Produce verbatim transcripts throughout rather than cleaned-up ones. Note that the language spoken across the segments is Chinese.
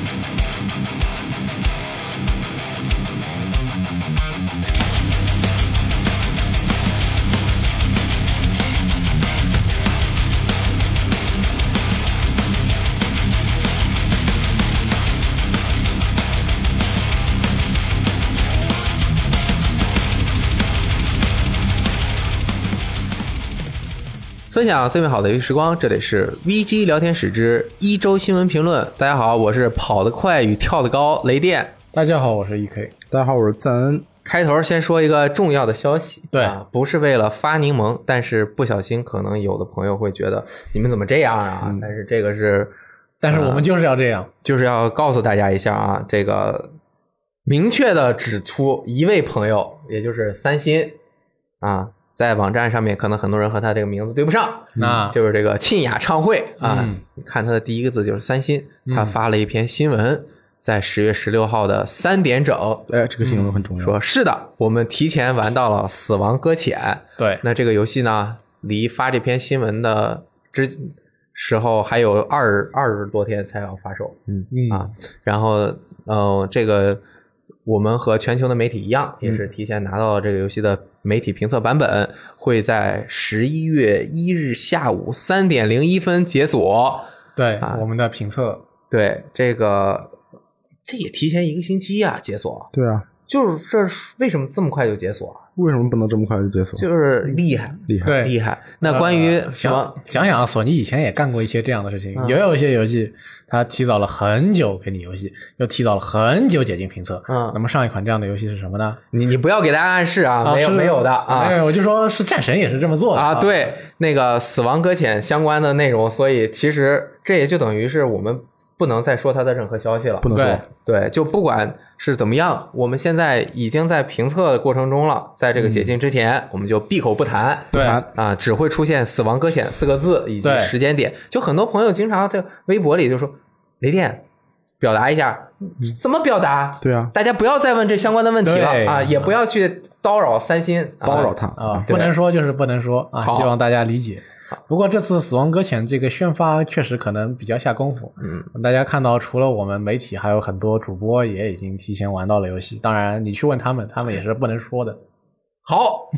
分享最美好的游戏时光，这里是 V G 聊天室之一周新闻评论。大家好，我是跑得快与跳得高雷电。 大家好，我是 E K。 大家好，我是赞恩。 开头先说一个重要的消息， 对、 啊，不是为了发柠檬，但是不小心可能有的朋友会觉得你们怎么这样啊？嗯、但是这个是， 但是我们就是要这样、呃， 就是要告诉大家一下啊，这个明确的指出一位朋友，也就是三星啊。在网站上面可能很多人和他这个名字对不上， 啊、 嗯，就是这个沁雅唱会啊、 嗯、 你看他的第一个字就是三星、嗯、他发了一篇新闻，在十月十六号的三点整， 哎，这个新闻很重要、 嗯、说是的，我们提前玩到了死亡搁浅。 对， 那这个游戏呢离发这篇新闻的之时候还有二二十多天才要发售。 嗯啊，然后呃这个我们和全球的媒体一样，也是提前拿到了这个游戏的媒体评测版本，嗯、会在十一月一日下午三点零一分解锁。 对、 啊， 我们的评测， 对这个，这也提前一个星期啊，解锁。 对啊， 就是这为什么这么快就解锁啊？ 为什么不能这么快就解锁？ 就是厉害， 厉害， 对， 厉害。那关于什么、 呃？想想索尼以前也干过一些这样的事情，嗯、也有一些游戏它提早了很久给你游戏，又提早了很久解禁评测。 嗯， 那么上一款这样的游戏是什么呢？ 你你不要给大家暗示啊，啊没有没有的啊。 哎，我就说是战神也是这么做的啊。对，那个死亡搁浅相关的内容，所以其实这也就等于是我们不能再说它的任何消息了。 不能说。 对，就不管是怎么样，我们现在已经在评测的过程中了，在这个解禁之前，嗯、我们就闭口不谈。 对啊，只会出现死亡搁浅四个字以及时间点。就很多朋友经常在微博里就说，雷电表达一下，怎么表达？ 对啊， 大家不要再问这相关的问题了啊，也不要去叨扰三星， 叨扰他啊，不能说就是不能说啊，希望大家理解。不过这次死亡搁浅这个宣发确实可能比较下功夫， 嗯， 大家看到除了我们媒体，还有很多主播也已经提前玩到了游戏。当然，你去问他们，他们也是不能说的。 好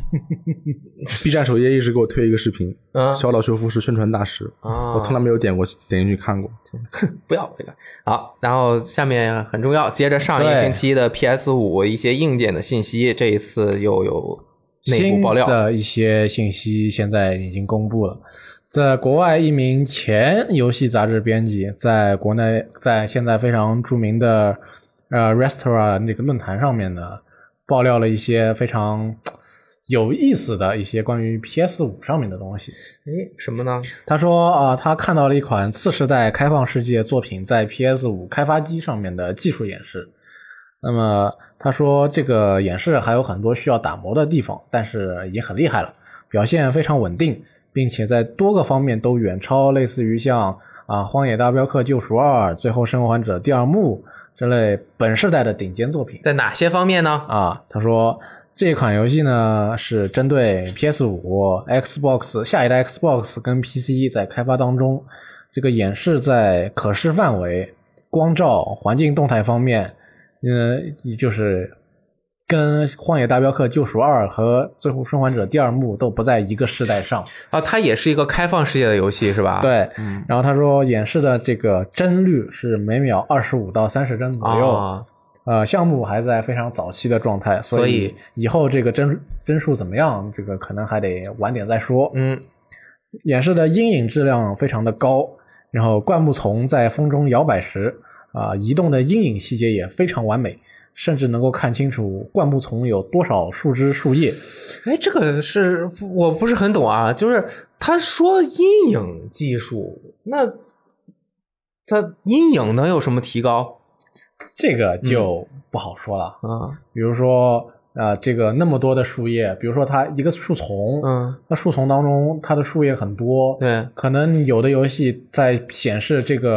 ，B 站首页一直给我推一个视频， 嗯， 小岛秀夫是宣传大使啊， 我从来没有点过点进去看过， 不要这个。好，然后下面很重要，接着上一个星期的 P S 五 一些硬件的信息，这一次又有内部爆料新的一些信息现在已经公布了。在国外一名前游戏杂志编辑在国内在现在非常著名的呃 Restora 那个论坛上面呢爆料了一些非常有意思的一些关于 P S 五 上面的东西。 诶，什么呢？ 他说啊、呃，他看到了一款次世代开放世界作品在 P S 五 开发机上面的技术演示。那么他说这个演示还有很多需要打磨的地方，但是已经很厉害了，表现非常稳定，并且在多个方面都远超类似于像啊《荒野大镖客救赎二》《最后生还者第二幕》这类本世代的顶尖作品。 在哪些方面呢？ 啊，他说这款游戏呢是针对 P S 五、Xbox 下一代 Xbox 跟 P C 在开发当中，这个演示在可视范围、光照、环境动态方面嗯，就是跟《荒野大镖客救赎二》和《最后生还者第二幕》都不在一个世代上啊，它也是一个开放世界的游戏是吧？ 对， 嗯， 然后他说演示的这个帧率是每秒二十五到三十帧左右， 啊、 呃，项目还在非常早期的状态，所以以后这个帧帧数怎么样，这个可能还得晚点再说。 嗯， 演示的阴影质量非常的高，然后灌木丛在风中摇摆时啊、呃，移动的阴影细节也非常完美，甚至能够看清楚灌木丛有多少树枝树叶。 哎，这个是我不是很懂啊，就是他说阴影技术，那他阴影能有什么提高？ 这个就不好说了啊、 嗯。 比如说呃，这个那么多的树叶，比如说它一个树丛， 嗯， 那树丛当中它的树叶很多， 对， 可能有的游戏在显示这个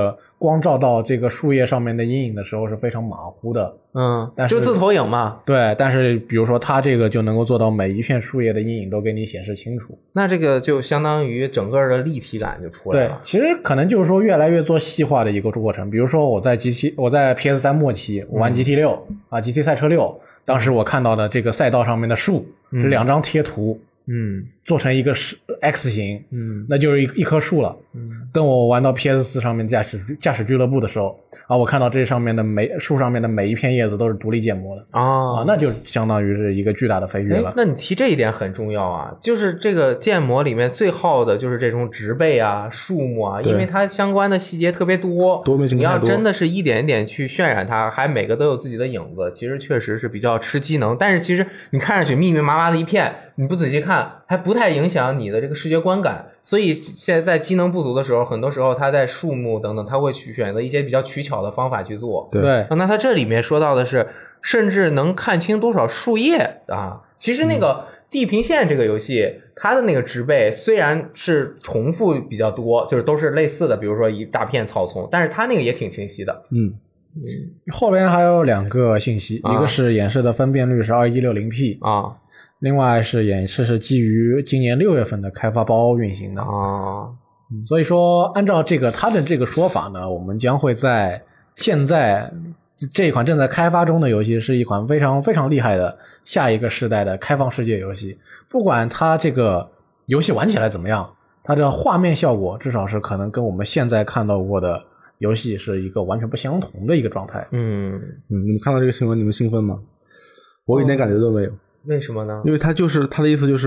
光照到这个树叶上面的阴影的时候是非常模糊的。 嗯， 但是就自投影嘛。 对，但是比如说它这个就能够做到每一片树叶的阴影都给你显示清楚。 那这个就相当于整个的立体感就出来对了。， 其实可能就是说越来越做细化的一个过程。比如说我在 G T 我在 P S 三 末期我玩 G T 六、嗯、啊 G T 赛车六，当时我看到的这个赛道上面的树是两张贴图。 嗯， 做成一个 X 型， 嗯， 那就是一一棵树了。 嗯， 等我玩到 P S 四 上面驾驶驾驶俱乐部的时候，啊，我看到这上面的每树上面的每一片叶子都是独立建模的。 哦、 啊，那就相当于是一个巨大的飞跃了。 那你提这一点很重要啊，就是这个建模里面最好的就是这种植被啊、树木啊，因为它相关的细节特别多， 多面性太多。 你要真的是一点一点去渲染它，还每个都有自己的影子，其实确实是比较吃机能。但是其实你看上去密密麻麻的一片，你不仔细看还不太影响你的这个视觉观感。所以现在在机能不足的时候，很多时候它在树木等等，它会去选择一些比较取巧的方法去做。 对， 那它这里面说到的是，甚至能看清多少树叶啊。其实那个地平线这个游戏，嗯、它的那个植被虽然是重复比较多，就是都是类似的，比如说一大片草丛，但是它那个也挺清晰的。 嗯。 嗯，后边还有两个信息，啊、一个是演示的分辨率是 二一六零 P 啊， 另外是演示是基于今年六月份的开发包运行的啊。 所以说按照这个他的这个说法呢，我们将会在现在这一款正在开发中的游戏是一款非常非常厉害的下一个世代的开放世界游戏。不管它这个游戏玩起来怎么样，它的画面效果至少是可能跟我们现在看到过的游戏是一个完全不相同的一个状态。 嗯嗯，你们看到这个新闻，你们兴奋吗？我一点感觉都没有。 为什么呢？ 因为它就是它的意思就是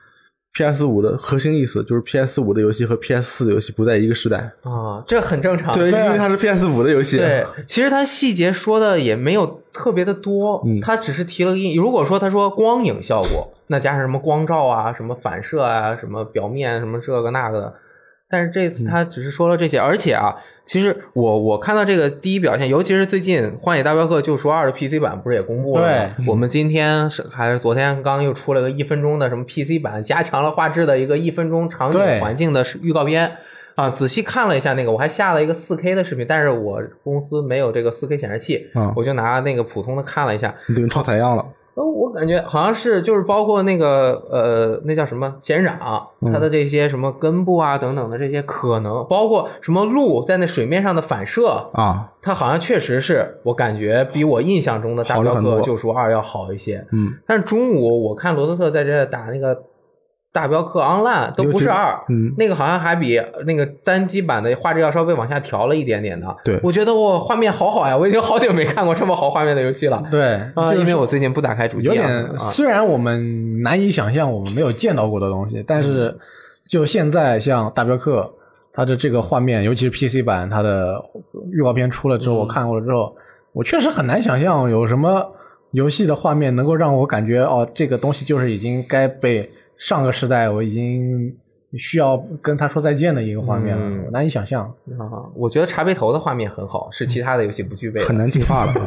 P S 五 的核心意思就是 P S 五 的游戏和 P S 四 的游戏不在一个时代啊，这很正常。 对， 对啊、 因为它是 P S 五 的游戏。 对，其实它细节说的也没有特别的多， 嗯， 它只是提了一，如果说他说光影效果，那加上什么光照啊、什么反射啊、什么表面什么这个那个的。但是这次他只是说了这些，嗯、而且啊，其实我我看到这个第一表现，尤其是最近《荒野大镖客：救赎二》的 P C 版不是也公布了吗？ 对， 我们今天是还是昨天刚又出了个一分钟的什么 P C 版加强了画质的一个一分钟场景环境的预告片啊，仔细看了一下那个，我还下了一个 四K 的视频，但是我公司没有这个 四K 显示器， 嗯、 我就拿那个普通的看了一下， 你等于超采样了。 呃，我感觉好像是就是包括那个呃，那叫什么仙人掌，它的这些什么根部啊等等的这些可能，包括什么路在那水面上的反射啊， 它好像确实是我感觉比我印象中的大镖客救赎二要好一些。 嗯， 但是中午我看罗斯特在这打那个大镖客 Online 都不是二， 嗯， 那个好像还比那个单机版的画质要稍微往下调了一点点的。 对， 我觉得我画面好好呀，我已经好久没看过这么好画面的游戏了。 对啊， 就是、 因为我最近不打开主机、啊， 有点、啊、虽然我们难以想象我们没有见到过的东西，但是就现在像大镖客它的这个画面，尤其是 P C 版，它的预告片出了之后， 嗯、 我看过了之后，我确实很难想象有什么游戏的画面能够让我感觉哦，这个东西就是已经该被上个时代我已经需要跟他说再见的一个画面了，嗯、我难以想象啊！我觉得茶杯头的画面很好，是其他的游戏不具备的， 很难进化了。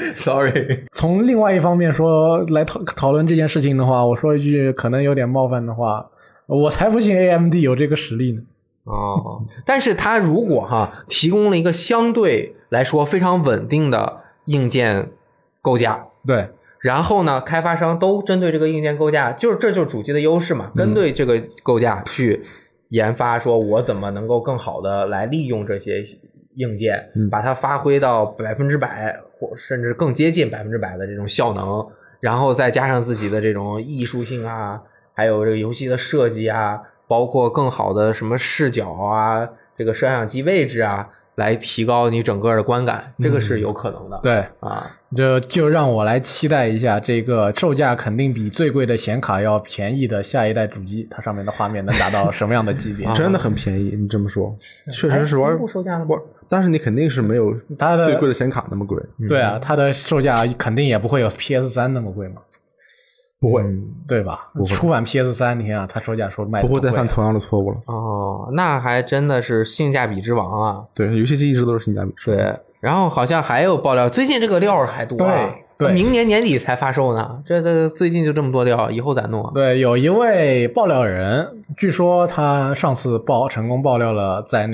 Sorry。 从另外一方面说来讨讨论这件事情的话，我说一句可能有点冒犯的话，我才不信 A M D 有这个实力呢。 哦，但是它如果哈提供了一个相对来说非常稳定的硬件构架， 对。 然后呢，开发商都针对这个硬件构架，就是这就是主机的优势嘛，针对这个构架去研发，说我怎么能够更好的来利用这些硬件， 嗯、 把它发挥到百分之百或甚至更接近百分之百的这种效能，然后再加上自己的这种艺术性啊，还有这个游戏的设计啊，包括更好的什么视角啊，这个摄像机位置啊，来提高你整个的观感，这个是有可能的。 嗯、对啊。 就就让我来期待一下这个售价肯定比最贵的显卡要便宜的下一代主机，它上面的画面能达到什么样的级别？ 真的很便宜，你这么说，确实是玩不售价了吗？ 但是你肯定是没有它的最贵的显卡那么贵。 对啊，它的售价肯定也不会有 P S 三 那么贵嘛。 不会， 嗯、对吧？出版 P S 三， 你看啊，它售价说卖不会再犯同样的错误了。 哦，那还真的是性价比之王啊！ 对，游戏机一直都是性价比之王。 对。然后好像还有爆料，最近这个料还多啊， 对，对明年年底才发售呢。这这最近就这么多料，以后咋弄啊？ 对，有一位爆料人，据说他上次爆成功爆料了，在那个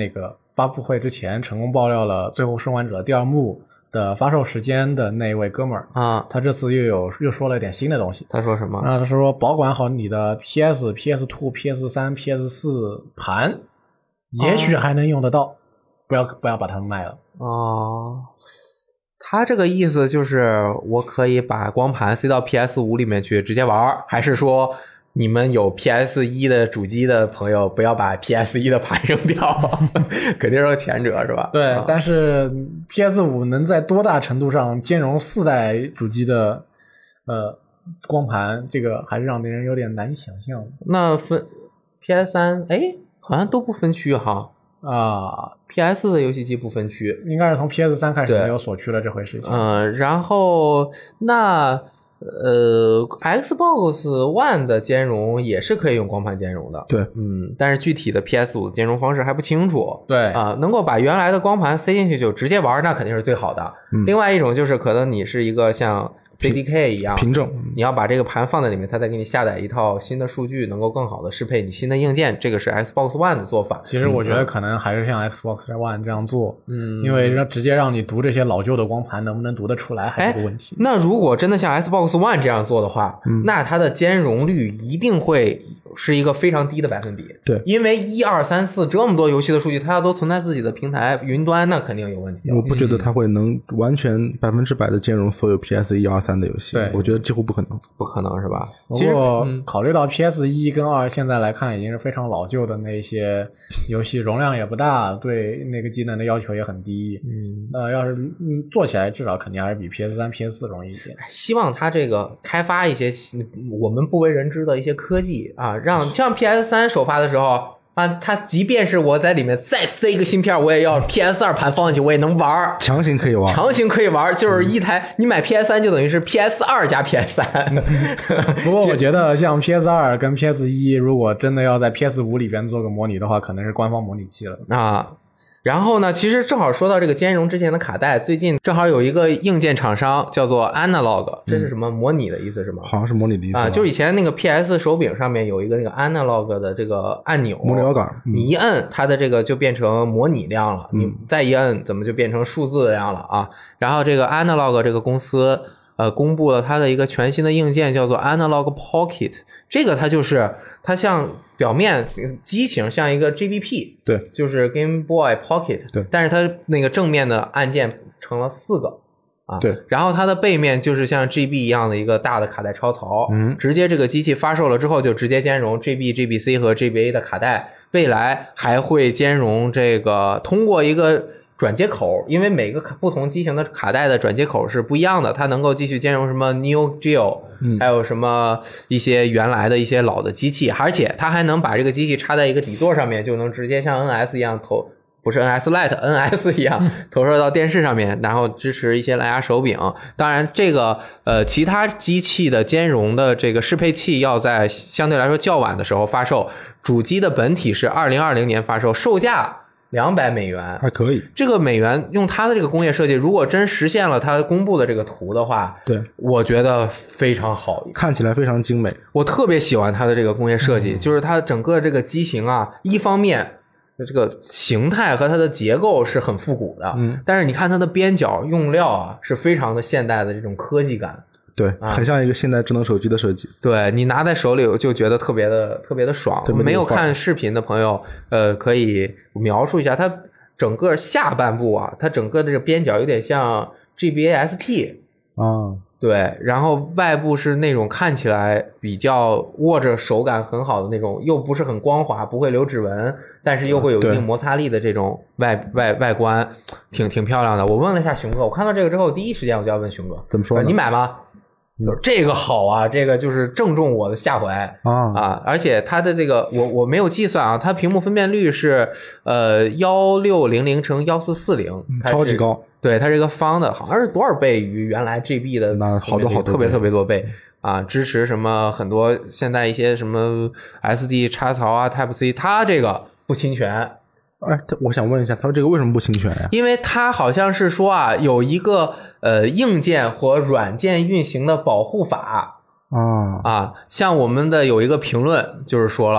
发布会之前成功爆料了《最后生还者》第二幕的发售时间的那一位哥们儿啊， 他这次又有又说了一点新的东西。 他说什么？ 啊，他说保管好你的 P S、P S 二、P S 三、P S 四 盘，也许还能用得到，哦、不要不要把它们卖了。 哦，他这个意思就是我可以把光盘塞到 P S 五 里面去直接玩，还是说你们有 P S 一 的主机的朋友不要把 P S 一 的盘扔掉？肯定是前者是吧？ 对、 啊， 但是 P S 五 能在多大程度上兼容四代主机的呃光盘，这个还是让人有点难以想象。 那分 P S 三， 哎，好像都不分区哈。 啊 ，P S 的游戏机不分区， 应该是从 P S 三 开始没有锁区了这回事情。 嗯，然后那呃 Xbox One 的兼容也是可以用光盘兼容的。 对， 嗯，但是具体的 P S 五 的兼容方式还不清楚。 对啊，能够把原来的光盘塞进去就直接玩，那肯定是最好的。 嗯、 另外一种就是可能你是一个像C D K 一样凭证， 你要把这个盘放在里面，它再给你下载一套新的数据，能够更好的适配你新的硬件，这个是 Xbox One 的做法。 其实我觉得可能还是像 Xbox One 这样做， 嗯， 因为让直接让你读这些老旧的光盘，能不能读得出来还是个问题。 那如果真的像 Xbox One 这样做的话， 嗯、 那它的兼容率一定会是一个非常低的百分比。 对， 因为一二三四这么多游戏的数据，它要都存在自己的平台云端，那肯定有问题。 我不觉得它会能完全百分之百的兼容所有 P S 一、二、三的游戏。 对， 我觉得几乎不可能， 不可能是吧？ 不过、嗯、考虑到 P S 一 跟二现在来看已经是非常老旧的那些游戏，容量也不大，对那个机能的要求也很低。 嗯， 呃，要是嗯做起来，至少肯定还是比 P S 三、P S 四容易一些。 希望它这个开发一些我们不为人知的一些科技啊，让像 P S 三首发的时候。啊，它即便是我在里面再塞一个芯片，我也要 P S 二 盘放进去，我也能玩， 强行可以玩， 强行可以玩，就是一台、嗯、你买 P S 三 就等于是 P S 二 加 P S 三。 不过我觉得像 P S 二 跟 P S 一，如果真的要在 P S 五 里边做个模拟的话，可能是官方模拟器了啊。然后呢，其实正好说到这个兼容之前的卡带，最近正好有一个硬件厂商叫做 Analog， 这是什么模拟的意思是吗？ 好像是模拟的意思啊，就是以前那个 P S 手柄上面有一个那个 Analog 的这个按钮， 模拟摇杆， 嗯、你一摁它的这个就变成模拟量了， 嗯、 你再一摁怎么就变成数字量了啊？然后这个 Analog 这个公司呃公布了它的一个全新的硬件叫做 Analog Pocket， 这个它就是它像表面机型像一个 G B P， 对， 就是 Game Boy Pocket， 对， 但是它那个正面的按键成了四个啊， 对， 然后它的背面就是像 G B 一样的一个大的卡带超槽， 嗯， 直接这个机器发售了之后就直接兼容 G B、G B C 和 G B A 的卡带，未来还会兼容这个通过一个转接口，因为每个不同机型的卡带的转接口是不一样的，它能够继续兼容什么 Neo Geo， 嗯， 还有什么一些原来的一些老的机器，而且它还能把这个机器插在一个底座上面，就能直接像 N S 一样投，不是 N S Lite，N S 一样投射到电视上面，然后支持一些蓝牙手柄。当然，这个呃其他机器的兼容的这个适配器要在相对来说较晚的时候发售，主机的本体是二零二零年发售，售价两百美元还可以。 这个美元用它的这个工业设计，如果真实现了它公布的这个图的话， 对， 我觉得非常好， 看起来非常精美。 我特别喜欢它的这个工业设计， 嗯、 就是它整个这个机型啊，一方面这个形态和它的结构是很复古的， 嗯， 但是你看它的边角用料啊，是非常的现代的这种科技感。 对，很像一个现代智能手机的设计。 对，你拿在手里就觉得特别的特别的爽。没有看视频的朋友，呃，可以描述一下它整个下半部啊，它整个这个边角有点像 G B A S P 啊， 对，然后外部是那种看起来比较握着手感很好的那种，又不是很光滑，不会留指纹，但是又会有一定摩擦力的这种外外外观，挺挺漂亮的。我问了一下熊哥，我看到这个之后，第一时间我就要问熊哥， 怎么说呢？ 你买吗？这个好啊，这个就是正中我的下怀啊啊！而且它的这个我我没有计算啊，它屏幕分辨率是呃幺六零零乘幺四四零， 超级高。 对，它这个方的，好像是多少倍于原来 G B 的？ 那好多好多特别特别多倍啊！支持什么很多现在一些什么 S D 插槽啊 Type C， 它这个不侵权。 哎，我想问一下，它这个为什么不侵权呀？ 因为它好像是说啊，有一个呃硬件或软件运行的保护法啊啊，像我们的有一个评论就是说了，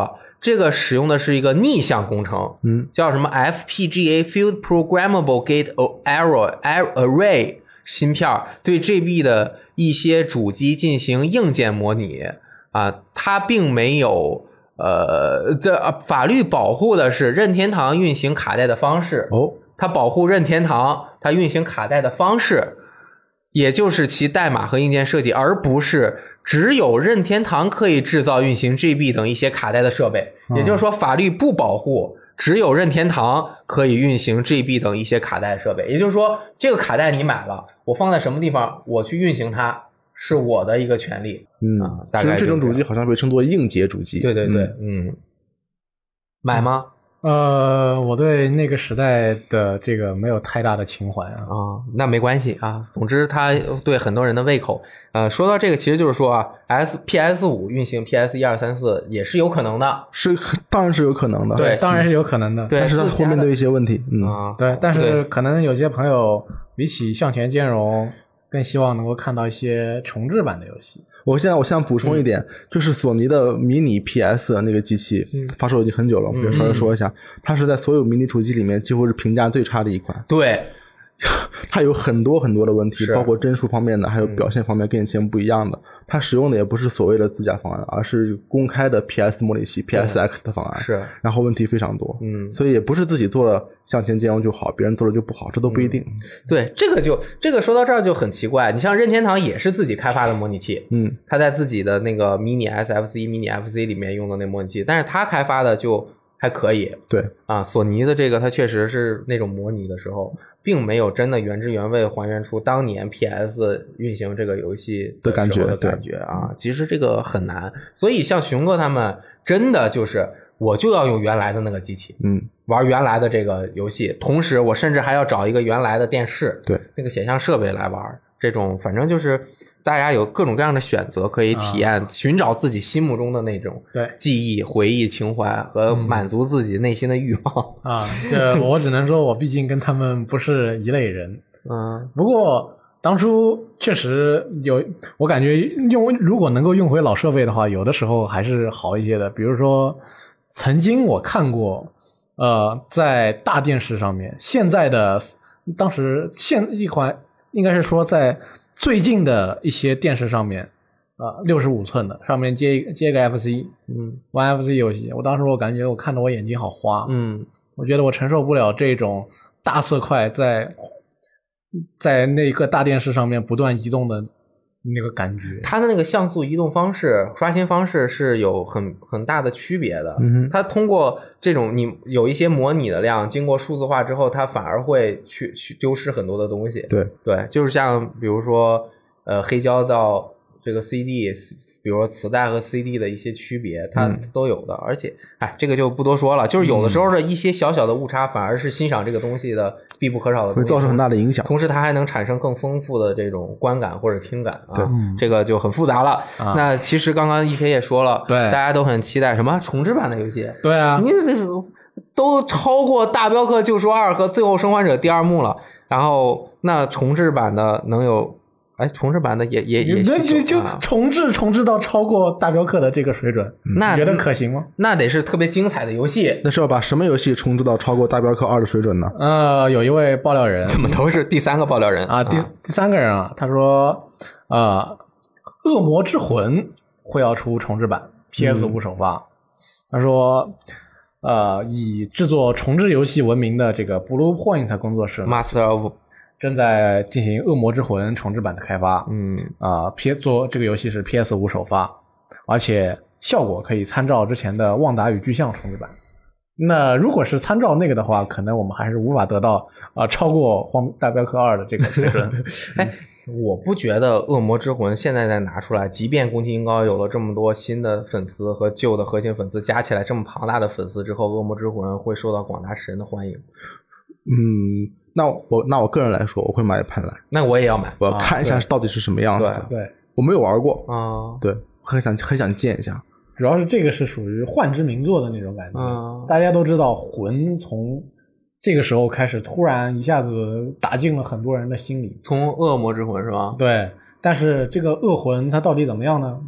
这个使用的是一个逆向工程， 嗯， 叫什么 F P G A Field Programmable Gate Array Array 芯片，对 G B 的一些主机进行硬件模拟啊，它并没有呃，这法律保护的是任天堂运行卡带的方式哦， 它保护任天堂它运行卡带的方式，也就是其代码和硬件设计，而不是只有任天堂可以制造运行 G B 等一些卡带的设备。 嗯、 也就是说，法律不保护只有任天堂可以运行 G B 等一些卡带设备。也就是说，这个卡带你买了，我放在什么地方，我去运行它是我的一个权利。 嗯， 啊、大概这种主机好像被称作硬解主机。 对对对，嗯，嗯买吗？ 呃，我对那个时代的这个没有太大的情怀啊。 啊、哦，那没关系啊。总之，它对很多人的胃口。呃，说到这个，其实就是说啊 ，S P S 五运行 P S 一二三四也是有可能的， 是当然是有可能的， 对， 当然是有可能的。 对， 但是它后面的一些问题，嗯， 啊， 对，但是可能有些朋友比起向前兼容，更希望能够看到一些重置版的游戏。 我现在我想补充一点， 嗯、 就是索尼的迷你 P S 那个机器、嗯、发售已经很久了，我就稍微说一下、嗯，它是在所有迷你主机里面几乎是评价最差的一款。 对， 它有很多很多的问题，包括帧数方面的，还有表现方面跟以前不一样的。它使用的也不是所谓的自家方案，而是公开的 P S 模拟器 P S X 的方案， 是， 然后问题非常多， 嗯， 所以也不是自己做了向前兼容就好，别人做了就不好，这都不一定。 嗯、对，这个就这个说到这儿就很奇怪，你像任天堂也是自己开发的模拟器， 嗯， 他在自己的那个迷你 S F C、迷你 F C 里面用的那模拟器，但是他开发的就还可以。 对啊，索尼的这个它确实是那种模拟的时候，并没有真的原汁原味还原出当年 P S 运行这个游戏的感觉的感觉啊。其实这个很难，所以像熊哥他们真的就是我就要用原来的那个机器， 嗯， 玩原来的这个游戏，同时我甚至还要找一个原来的电视， 对， 那个显像设备来玩。这种反正就是大家有各种各样的选择可以体验，寻、啊、找自己心目中的那种对记忆、回忆、情怀和满足自己内心的欲望、 嗯、啊。这我只能说，我毕竟跟他们不是一类人。 嗯， 不过当初确实有，我感觉用如果能够用回老设备的话，有的时候还是好一些的。比如说，曾经我看过，呃，在大电视上面，现在的当时现一款。应该是说在最近的一些电视上面啊，六十五寸的上面接接个 F C， 嗯， 玩 F C 游戏，我当时我感觉我看着我眼睛好花， 嗯， 我觉得我承受不了这种大色块在在那个大电视上面不断移动的那个感觉。 它的那个像素移动方式、刷新方式是有很很大的区别的。 嗯， 它通过这种你有一些模拟的量，经过数字化之后，它反而会去去丢失很多的东西。 对对，就是像比如说呃黑胶到这个 C D， 比如说磁带和 C D 的一些区别，它都有的。嗯、而且，哎，这个就不多说了。就是有的时候的一些小小的误差，反而是欣赏这个东西的必不可少的东西， 会造成很大的影响。 同时，它还能产生更丰富的这种观感或者听感啊。 对， 这个就很复杂了。啊、那其实刚刚 E K 也说了， 对， 大家都很期待什么重置版的游戏。 对啊， 你那是都超过《大镖客：救赎二》和《最后生还者》第二幕了，然后那重置版的能有？哎，重置版的也也也就就就重置重置到超过大镖客的这个水准， 那你觉得可行吗？ 那得是特别精彩的游戏。 那是要把什么游戏重置到超过大镖客二的水准呢？ 呃，有一位爆料人， 怎么都是第三个爆料人啊？第第三个人啊，他说，呃，恶魔之魂会要出重置版 ，P S 五 首发。嗯、他说，呃，以制作重置游戏闻名的这个 Blue Point 工作室 ，Master of。 正在进行《恶魔之魂》重置版的开发， 嗯啊 ，P 做这个游戏是 P S 五 首发，而且效果可以参照之前的《旺达与巨像》重置版。那如果是参照那个的话，可能我们还是无法得到啊、呃、超过《荒大镖客二》的这个水准。 哎，我不觉得《恶魔之魂》现在再拿出来，即便宫崎英高有了这么多新的粉丝和旧的核心粉丝加起来这么庞大的粉丝之后，《恶魔之魂》会受到广大世人的欢迎。 嗯。那我那我个人来说，我会买一盘来。 那我也要买， 我要看一下到底是什么样子的。 对，对我没有玩过啊， 对，很想很想见一下。 主要是这个是属于幻之名作的那种感觉。 嗯， 大家都知道，魂从这个时候开始突然一下子打进了很多人的心里。 从恶魔之魂是吧？ 对，但是这个恶魂它到底怎么样呢？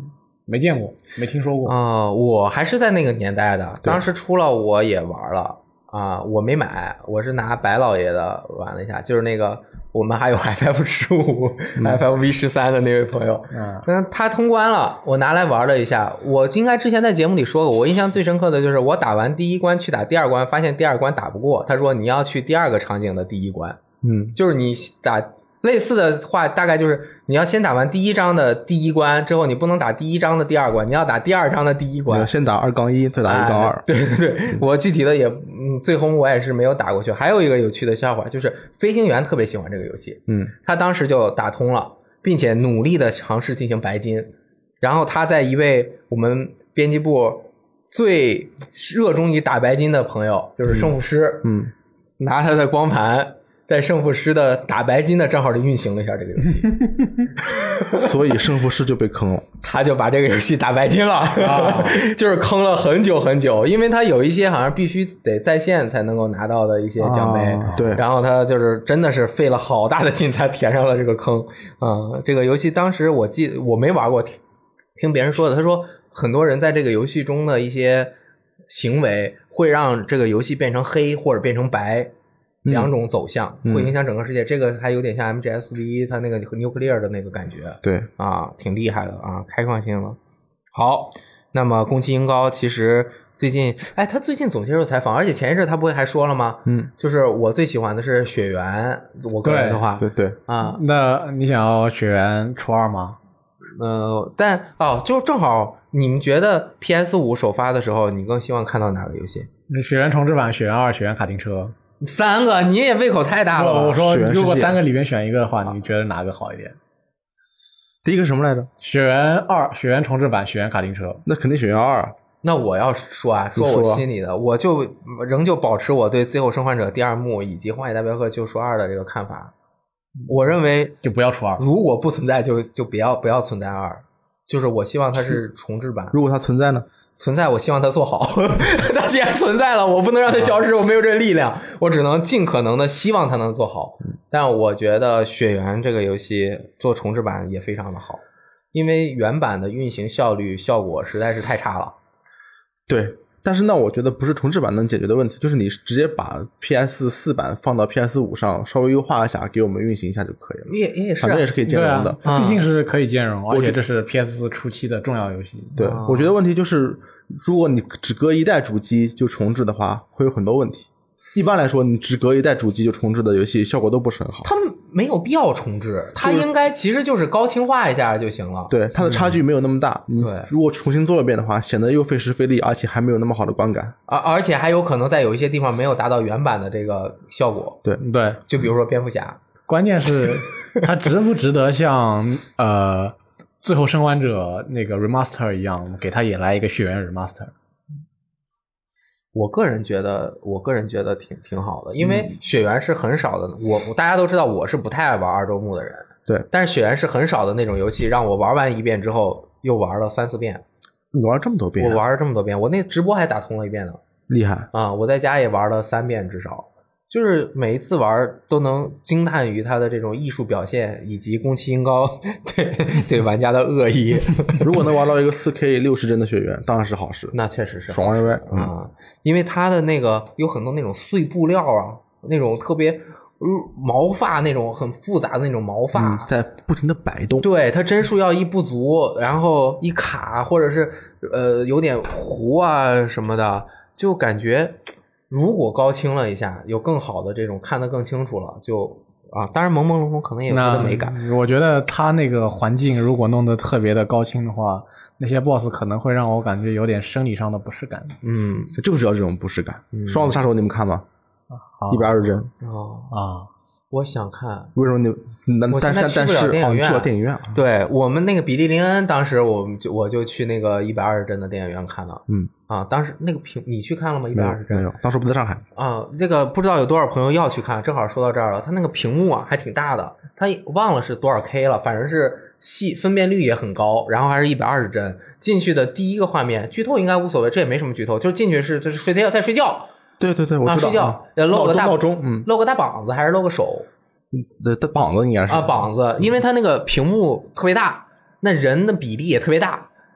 没见过，没听说过。 啊、呃，我还是在那个年代的，当时出了我也玩了啊、呃，我没买，我是拿白老爷的玩了一下，就是那个我们还有 F F 十五、嗯、F F V 十三的那位朋友，嗯，他通关了，我拿来玩了一下。我应该之前在节目里说过，我印象最深刻的就是我打完第一关去打第二关，发现第二关打不过，他说你要去第二个场景的第一关， 嗯， 就是你打。类似的话大概就是你要先打完第一章的第一关之后，你不能打第一章的第二关，你要打第二章的第一关， 你要先打二杠一再打一杠二、哎、 对对对，我具体的也嗯，最后我也是没有打过去。还有一个有趣的笑话，就是飞行员特别喜欢这个游戏， 嗯， 他当时就打通了，并且努力的尝试进行白金，然后他在一位我们编辑部最热衷于打白金的朋友，就是胜负师， 嗯， 拿他的光盘在胜负师的打白金的账号里运行了一下这个游戏所以胜负师就被坑了， 他就把这个游戏打白金了、啊、就是坑了很久很久，因为他有一些好像必须得在线才能够拿到的一些奖杯、 啊、对， 然后他就是真的是费了好大的劲才填上了这个坑啊、嗯！这个游戏当时我记我没玩过，听别人说的，他说很多人在这个游戏中的一些行为会让这个游戏变成黑或者变成白两种走向、嗯、会影响整个世界、嗯、这个还有点像 M G S V 它那个 Nuclear 的那个感觉， 对啊，挺厉害的啊，开创性了。好，那么宫崎英高其实最近哎他最近总接受采访，而且前一阵他不会还说了吗？ 嗯， 就是我最喜欢的是雪原，我个人的话对对对啊， 那你想要雪原初二吗？ 呃，但哦，就正好你们觉得 P S 五 首发的时候你更希望看到哪个游戏？ 雪原重置版、雪原二、雪原卡丁车三个，你也胃口太大了。 我说如果三个里面选一个的话，你觉得哪个好一点？ 第一个什么来着？ 雪原二、雪原重置版、雪原卡丁车。 那肯定雪原二。 那我要说啊，说我心里的，我就仍旧保持我对《最后生还者》第二幕以及《荒野大镖客：救赎二》的这个看法。我认为就不要出二， 如果不存在就就不要不要存在二，就是我希望它是重置版。 如果它存在呢？ 存在我希望它做好它既然存在了我不能让它消失，我没有这力量，我只能尽可能的希望它能做好。但我觉得雪原这个游戏做重置版也非常的好，因为原版的运行效率效果实在是太差了。 对，但是那我觉得不是重置版能解决的问题，就是你直接把 P S 四 版放到 P S 五 上稍微优化一下给我们运行一下就可以了， 也也是、啊、 反正也是可以兼容的、 啊、毕竟是可以兼容、嗯、而且这是 P S 四 初期的重要游戏。 对、 啊、 我觉得问题就是如果你只隔一代主机就重置的话会有很多问题，一般来说你只隔一代主机就重置的游戏效果都不是很好， 他们没有必要重置，它应该其实就是高清化一下就行了。 对，它的差距没有那么大、嗯、你如果重新做一遍的话显得又费时费力，而且还没有那么好的观感， 而而且还有可能在有一些地方没有达到原版的这个效果。 对对， 就比如说蝙蝠侠， 关键是它值不值得像呃最后生还者那个 remaster 一样给它也来一个血缘 remaster。 我个人觉得我个人觉得挺挺好的，因为血缘是很少的、嗯、我大家都知道我是不太爱玩二周目的人， 对， 但是血缘是很少的那种游戏让我玩完一遍之后又玩了三四遍。 你玩这么多遍、啊、 我玩了这么多遍，我那直播还打通了一遍呢。 厉害啊！我在家也玩了三遍至少，就是每一次玩都能惊叹于他的这种艺术表现以及宫崎英高对对玩家的恶意。 如果能玩到一个 四 K 六十帧的血缘当然是好事， 那确实是爽歪歪啊、嗯！因为他的那个有很多那种碎布料啊，那种特别毛发那种很复杂的那种毛发、 嗯、在不停的摆动， 对，它帧数要一不足然后一卡或者是呃有点糊啊什么的，就感觉如果高清了一下有更好的这种看得更清楚了就啊，当然朦朦胧胧可能也有它的美感。 我觉得它那个环境如果弄得特别的高清的话，那些 boss 可能会让我感觉有点生理上的不适感。 嗯，就是要这种不适感。嗯、双子杀手你们看吗？一百二十帧哦啊， 我想看。 为什么你？ 我现在去不了电影院。 去了电影院、啊。 对，我们那个比利林恩，当时我们就我就去那个一百二十帧的电影院看了。 嗯啊，当时那个屏你去看了吗？一百二十帧没有，当时不在上海。 啊，这个不知道有多少朋友要去看，正好说到这儿了。他那个屏幕啊还挺大的，他忘了是多少 K 了，反正是细分辨率也很高，然后还是一百二十帧。进去的第一个画面，剧透应该无所谓，这也没什么剧透，就是进去是就是睡觉在睡觉。 对对对，我知道。 啊、睡觉，呃，露个大闹钟，嗯， 露个大膀子还是露个手？ 的的膀子应该是啊，膀子，因为它那个屏幕特别大，那人的比例也特别大，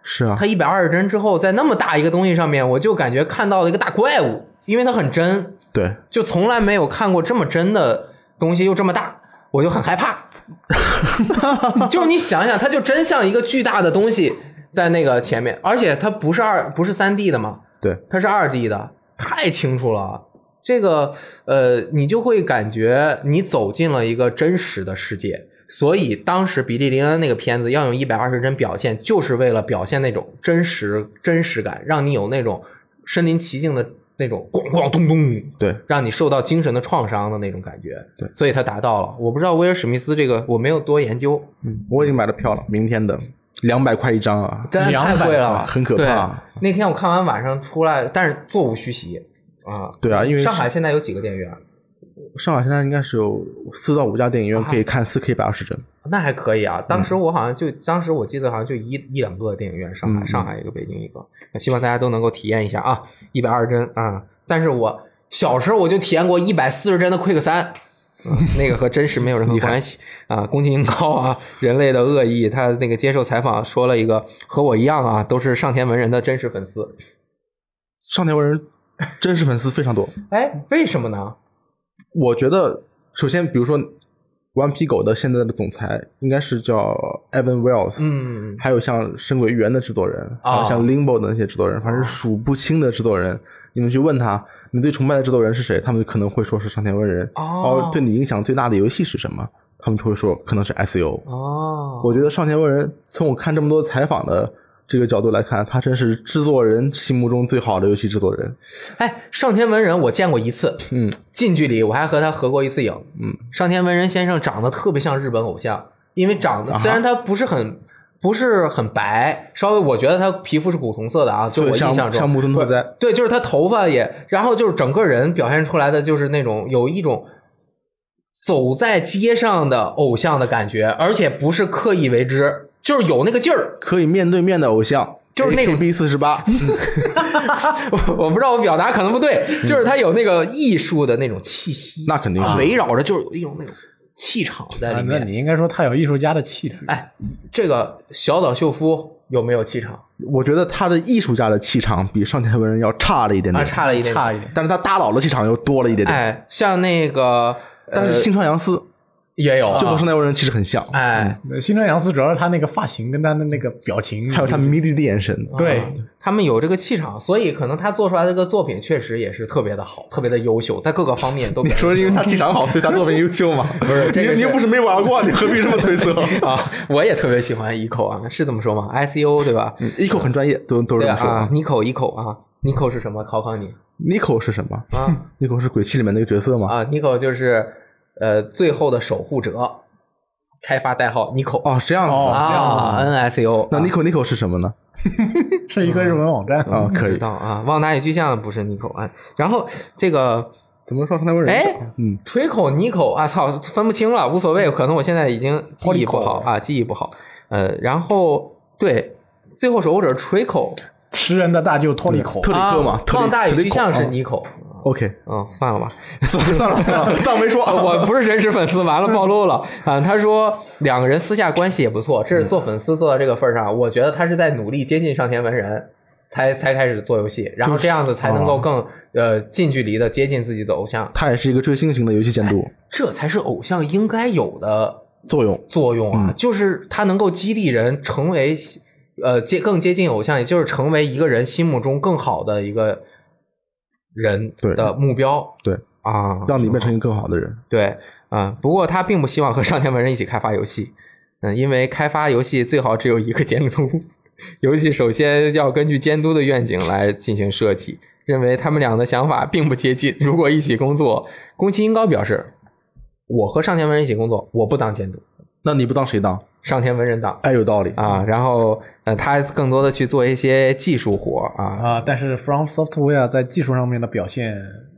是啊， 它一百二十帧之后，在那么大一个东西上面，我就感觉看到了一个大怪物，因为它很真。 对， 就从来没有看过这么真的东西又这么大，我就很害怕。就是你想想，它就真像一个巨大的东西在那个前面，而且它不是二不是 三 D 的嘛， 对， 它是 二 D 的，太清楚了。这个呃，你就会感觉你走进了一个真实的世界。所以当时比利林恩那个片子要用一百二十帧表现，就是为了表现那种真实真实感，让你有那种身临其境的那种咣咣咚咚， 对， 让你受到精神的创伤的那种感觉。 对， 所以他达到了。我不知道威尔史密斯这个我没有多研究。 嗯，我已经买了票了，明天的两百块一张啊， 真的太贵了， 很可怕。 那天我看完晚上出来，但是座无虚席啊。 对啊，因为上海现在有几个电影院？ 上海现在应该是有四到五家电影院可以看 四 K 一百二十帧， 那还可以啊。当时我好像就、嗯、当时我记得好像就一一两个电影院，上海、嗯、上海一个，北京一个。希望大家都能够体验一下啊，一百二十帧啊。但是我小时候我就体验过一百四十帧的 Quake 三。嗯、那个和真实没有任何关系啊！宫崎英高啊，人类的恶意，他那个接受采访说了一个和我一样啊，都是上田文人的真实粉丝。 上田文人真实粉丝非常多， 哎，为什么呢？ 我觉得，首先，比如说，顽皮狗的现在的总裁应该是叫 Evan Wells， 嗯， 还有像《神鬼预言》的制作人，哦、还有像 Limbo 的那些制作人，反正数不清的制作人。你们去问他，你最崇拜的制作人是谁？他们可能会说是上田文人。 哦， 对你影响最大的游戏是什么？他们就会说可能是 S E O。 哦， 我觉得上田文人从我看这么多采访的这个角度来看，他真是制作人心目中最好的游戏制作人。 哎，上田文人我见过一次， 嗯， 近距离我还和他合过一次影。 嗯， 上田文人先生长得特别像日本偶像，因为长得、啊、虽然他不是很不是很白，稍微我觉得他皮肤是古铜色的啊，就我印象中像木村拓哉。 对，就是他头发也，然后就是整个人表现出来的就是那种有一种走在街上的偶像的感觉，而且不是刻意为之，就是有那个劲儿， 可以面对面的偶像。 就是那种 A K B 四十八， 我不知道我表达可能不对，就是他有那个艺术的那种气息， 那肯定是围绕着，就是有一种那种气场在里面。 啊、那你应该说他有艺术家的气质。 哎，这个小岛秀夫有没有气场？ 我觉得他的艺术家的气场比上田文人要差了一点点， 啊、差了一点点， 差一点。 但是他大佬的气场又多了一点点。 哎，像那个， 但是新川洋司。 也有， 就和上田文人其实很像。 哎， 嗯、新川洋司主要是他那个发型跟他的那个表情， 还有他迷离的眼神， 对、 啊、他们有这个气场，所以可能他做出来的这个作品确实也是特别的好，特别的优秀，在各个方面都。 你说因为他气场好，所以他作品优秀吗？ 不是， 你你又不是没玩过，你何必这么推测啊？我也特别喜欢 Eco 啊，是这么说吗 ？S E O 对吧、 嗯、？Eco 很专业，都都是这么说。 啊 Nico Eco 啊 ，Nico 是什么？考考你。 Nico 是什么啊 ？Nico 是鬼泣里面那个角色吗？ 啊 ，Nico 就是呃最后的守护者。开发代号 Nico 哦，是这样子的啊 ，N S E O。 那 Nico Nico 是什么呢？ 是一个日文网站啊、哦，可以到啊。旺达与巨像不是 Nico 啊，然后这个怎么说上台文人？ 哎， 嗯， 吹口 Nico 啊，操，分不清了，无所谓，可能我现在已经记忆不好啊，记忆不好。呃，然后对，最后守护者吹口， 吃人的大舅托里口， 特里克嘛， 旺达与巨像是 Nico。 OK， 嗯，算了吧， 算了算了算了，当没说。 我不是真实粉丝，完了暴露了啊！他说两个人私下关系也不错，这是做粉丝做到这个份上，嗯、我觉得他是在努力接近上田文人，才才开始做游戏，然后这样子才能够更、就是、呃近距离的接近自己的偶像。 他也是一个追星型的游戏监督， 这才是偶像应该有的作用作用啊！ 嗯、 就是他能够激励人成为呃接更接近偶像，也就是成为一个人心目中更好的一个。人的目标， 对啊， 让你变成一个更好的人， 对啊、嗯。不过他并不希望和上田文人一起开发游戏，嗯，因为开发游戏最好只有一个监督，游戏首先要根据监督的愿景来进行设计。认为他们俩的想法并不接近，如果一起工作，宫崎英高表示，我和上田文人一起工作，我不当监督。 那你不当谁当？ 上田文人当。 哎，有道理啊。然后呃，他更多的去做一些技术活啊啊。但是 From Software 在技术上面的表现，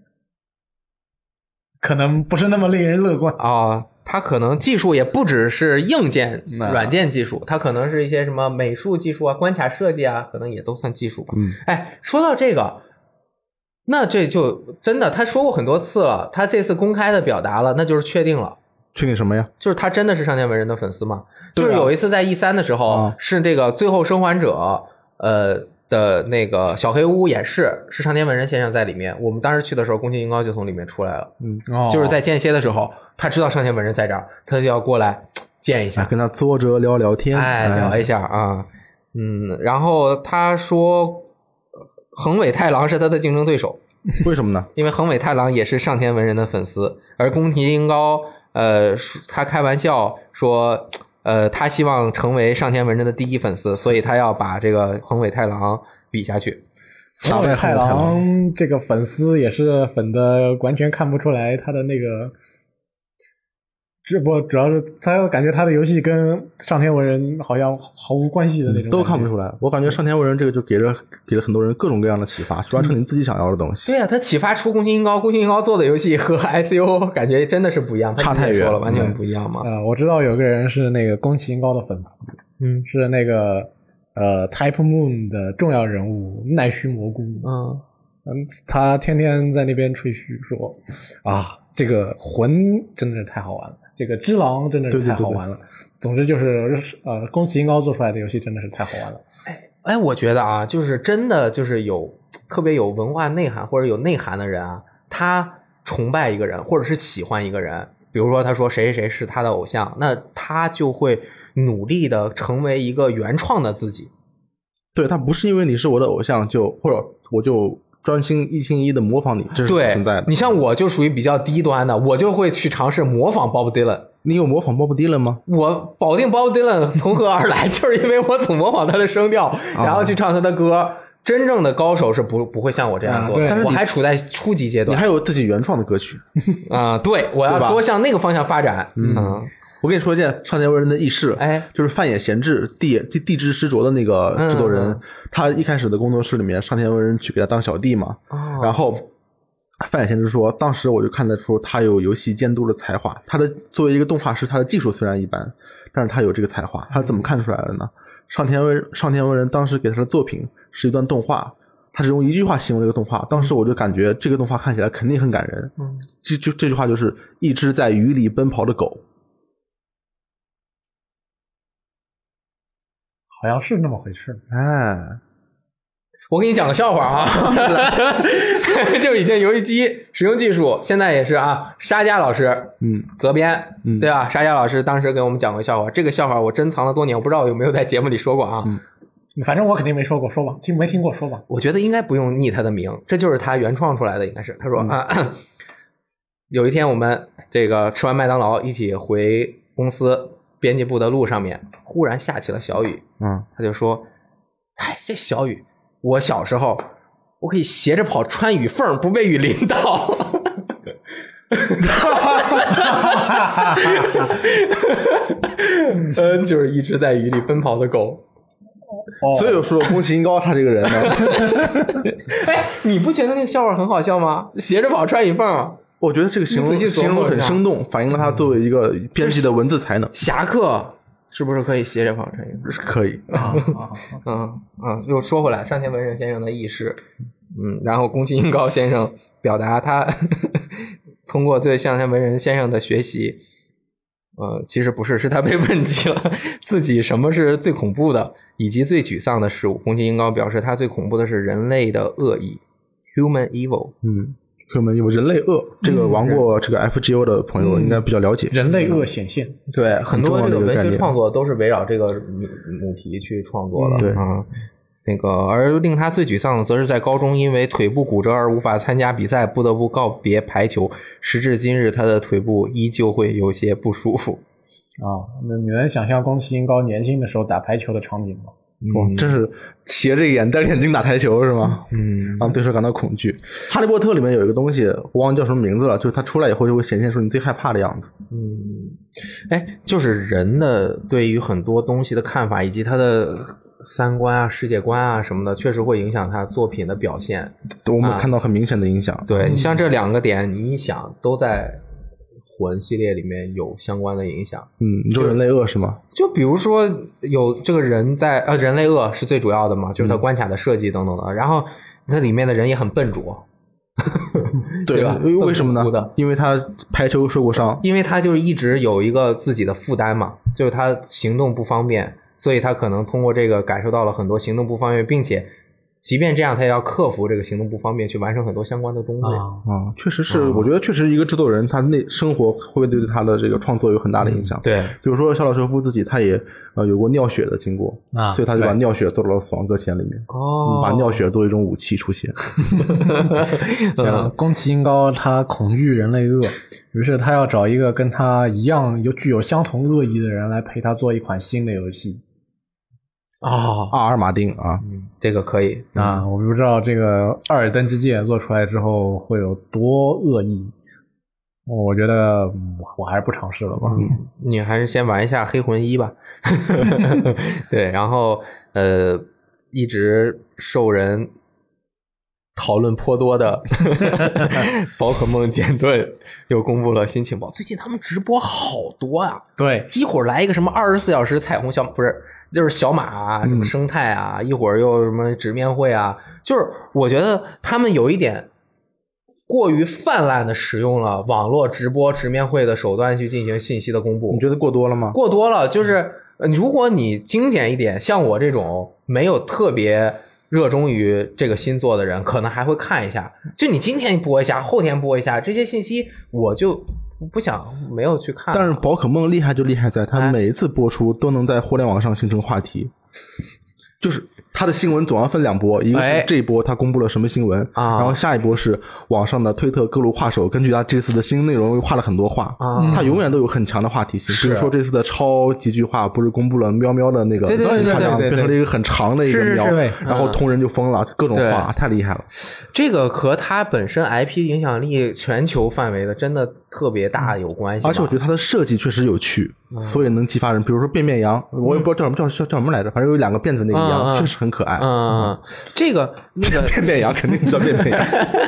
可能不是那么令人乐观啊。他可能技术也不只是硬件、软件技术，他可能是一些什么美术技术啊、关卡设计啊，可能也都算技术吧。 嗯。 哎，说到这个，那这就真的他说过很多次了，他这次公开的表达了，那就是确定了。 确定什么呀？ 就是他真的是上田文人的粉丝吗？ 啊、 就是有一次在 E 三 的时候、 啊、 是这个最后生还者呃的那个小黑屋也是是上田文人先生在里面，我们当时去的时候宫崎英高就从里面出来了， 嗯，哦， 就是在间歇的时候他知道上田文人在这儿，他就要过来见一下， 跟他坐着聊聊天， 哎，聊一下啊，嗯，然后他说横尾太郎是他的竞争对手， 为什么呢？ 因为横尾太郎也是上田文人的粉丝，而宫崎英高呃他开玩笑说呃他希望成为上田文人的第一粉丝，所以他要把这个横尾太郎比下去。 横尾太郎这个粉丝也是粉的完全看不出来他的那个，这不主要是他感觉他的游戏跟上田文人好像毫无关系的那种、嗯、 都看不出来。我感觉上田文人这个就给了给了很多人各种各样的启发，完成你自己想要的东西。 对啊，他启发出宫崎英高，宫崎英高做的游戏和 S U 感觉真的是不一样， 差太远了， 完全不一样嘛。 呃，我知道有个人是那个宫崎英高的粉丝，嗯，是那个呃 Type Moon 的重要人物奈须蘑菇， 嗯嗯，他天天在那边吹嘘说啊，这个魂真的是太好玩了。这个只狼真的是太好玩了，对对对对，总之就是呃，宫崎英高做出来的游戏真的是太好玩了。 哎哎，我觉得啊，就是真的就是有特别有文化内涵或者有内涵的人啊，他崇拜一个人或者是喜欢一个人，比如说他说谁谁谁是他的偶像，那他就会努力的成为一个原创的自己。 对，他不是因为你是我的偶像就或者我就专心一心一意的模仿你，这是不存在的。 你像我就属于比较低端的，我就会去尝试模仿 Bob Dylan。 你有模仿 Bob Dylan 吗？ 我保定 Bob Dylan 从何而来，就是因为我总模仿他的声调，然后去唱他的歌。啊、真正的高手是不不会像我这样做的，啊、我还处在初级阶段。 你还有自己原创的歌曲啊、呃？对，我要多向那个方向发展。 嗯。嗯，我跟你说一件上田文人的轶事， 哎， 就是范野贤治地地地之失着的那个制作人、嗯，他一开始的工作室里面，上田文人去给他当小弟嘛，哦、然后范野贤治说，当时我就看得出他有游戏监督的才华，他的作为一个动画师，他的技术虽然一般，但是他有这个才华，他是怎么看出来的呢？上田文上田文人当时给他的作品是一段动画，他是用一句话形容这个动画，当时我就感觉这个动画看起来肯定很感人，嗯，就就这句话就是一只在雨里奔跑的狗。 好像是那么回事。 哎， 我给你讲个笑话啊，就以前游戏机使用技术，现在也是啊。沙家老师，嗯，责编，嗯，对吧？沙家老师当时给我们讲过笑话，这个笑话我珍藏了多年，我不知道有没有在节目里说过啊。 嗯，反正我肯定没说过，说吧，听没听过说吧。 我觉得应该不用拟他的名，这就是他原创出来的，应该是。他说、嗯、啊，有一天我们这个吃完麦当劳，一起回公司编辑部的路上面，忽然下起了小雨。嗯，他就说：“哎，这小雨，我小时候我可以斜着跑，穿雨缝，不被雨淋到。”嗯，就是一直在雨里奔跑的狗。 哦、所以我说宫崎英高他这个人呢， 哎，你不觉得那个笑话很好笑吗？斜着跑，穿雨缝。 我觉得这个形容形容很生动，反映了他作为一个编辑的文字才能。 侠客是不是可以斜着跑穿衣服？ 是可以啊， 嗯嗯，又说回来，上田文人先生的轶事，嗯，然后宫崎英高先生表达他呵呵通过对上田文人先生的学习，呃，其实不是，是他被问及了自己什么是最恐怖的，以及最沮丧的事物。宫崎英高表示，他最恐怖的是人类的恶意 ，human evil， 嗯。我们有人类恶，这个玩过这个 F G O 的朋友应该比较了解。 嗯、人类恶显现， 对，很多这个文学创作都是围绕这个母题去创作的。 嗯、对啊，那个而令他最沮丧的，则是在高中因为腿部骨折而无法参加比赛，不得不告别排球。时至今日，他的腿部依旧会有些不舒服。 啊、哦，那你能想象宫崎英高年轻的时候打排球的场景吗？ 哇、嗯，真是斜着眼戴着眼镜打台球是吗？嗯，让对手感到恐惧。哈利波特里面有一个东西，我忘记叫什么名字了，就是他出来以后就会显现出你最害怕的样子。 嗯，哎，就是人的对于很多东西的看法，以及他的三观啊、世界观啊什么的，确实会影响他作品的表现。 我们看到很明显的影响。 啊、对，你像这两个点，你一想都在魂系列里面有相关的影响。 嗯，你说人类恶是吗？ 就比如说有这个人在呃，人类恶是最主要的嘛，就是他关卡的设计等等的。嗯、然后它里面的人也很笨拙， 对, 对吧？为什么呢？因为他排球受过伤， 因为他就是一直有一个自己的负担嘛，就是他行动不方便， 所以他可能通过这个感受到了很多行动不方便，并且即便这样他也要克服这个行动不方便去完成很多相关的东西。 啊，确实是、嗯、我觉得确实一个制作人他内生活会对他的这个创作有很大的影响、嗯、 对， 比如说小岛秀夫自己他也呃有过尿血的经过、啊、所以他就把尿血做到了死亡搁浅里面哦、嗯，把尿血作为一种武器出现像宫崎英高他恐惧人类恶，于是他要找一个跟他一样有具有相同恶意的人来陪他做一款新的游戏。 哦， 阿尔马丁啊、 嗯，这个可以啊，我不知道这个《艾尔登之戒》做出来之后会有多恶意，我觉得我还是不尝试了吧。 嗯，你还是先玩一下《黑魂一》吧。对，然后呃，一直受人讨论颇多的宝可梦剑盾又公布了新情报。最近他们直播好多啊， 对， 一会儿来一个什么二十四小时彩虹小不是。就是小马啊，什么生态啊、嗯、一会儿又什么直面会啊，就是我觉得他们有一点过于泛滥的使用了网络直播直面会的手段去进行信息的公布。 你觉得过多了吗？ 过多了，就是如果你精简一点，像我这种没有特别热衷于这个新作的人，可能还会看一下，就你今天播一下，后天播一下，这些信息我就不想没有去看。 但是宝可梦厉害就厉害在它每一次播出都能在互联网上形成话题，就是它的新闻总要分两波，一个是这一波它公布了什么新闻、哎、然后下一波是网上的推特各路画手根据它这次的新内容又画了很多画、啊、它永远都有很强的话题性。比如说这次的超几句话不是公布了喵喵的那个， 对对对对对对， 变成了一个很长的一个喵， 是是是， 然后同人就疯了，各种画太厉害了。 这个和它本身 I P 影响力全球范围的真的特别大有关系、嗯、 而且我觉得它的设计确实有趣、嗯、所以能激发人。比如说变变羊、嗯、我也不知道叫什么叫叫叫什么来着，反正有两个辫子那个羊、嗯、确实很可爱。 嗯，嗯这个那个变变羊肯定不叫变变羊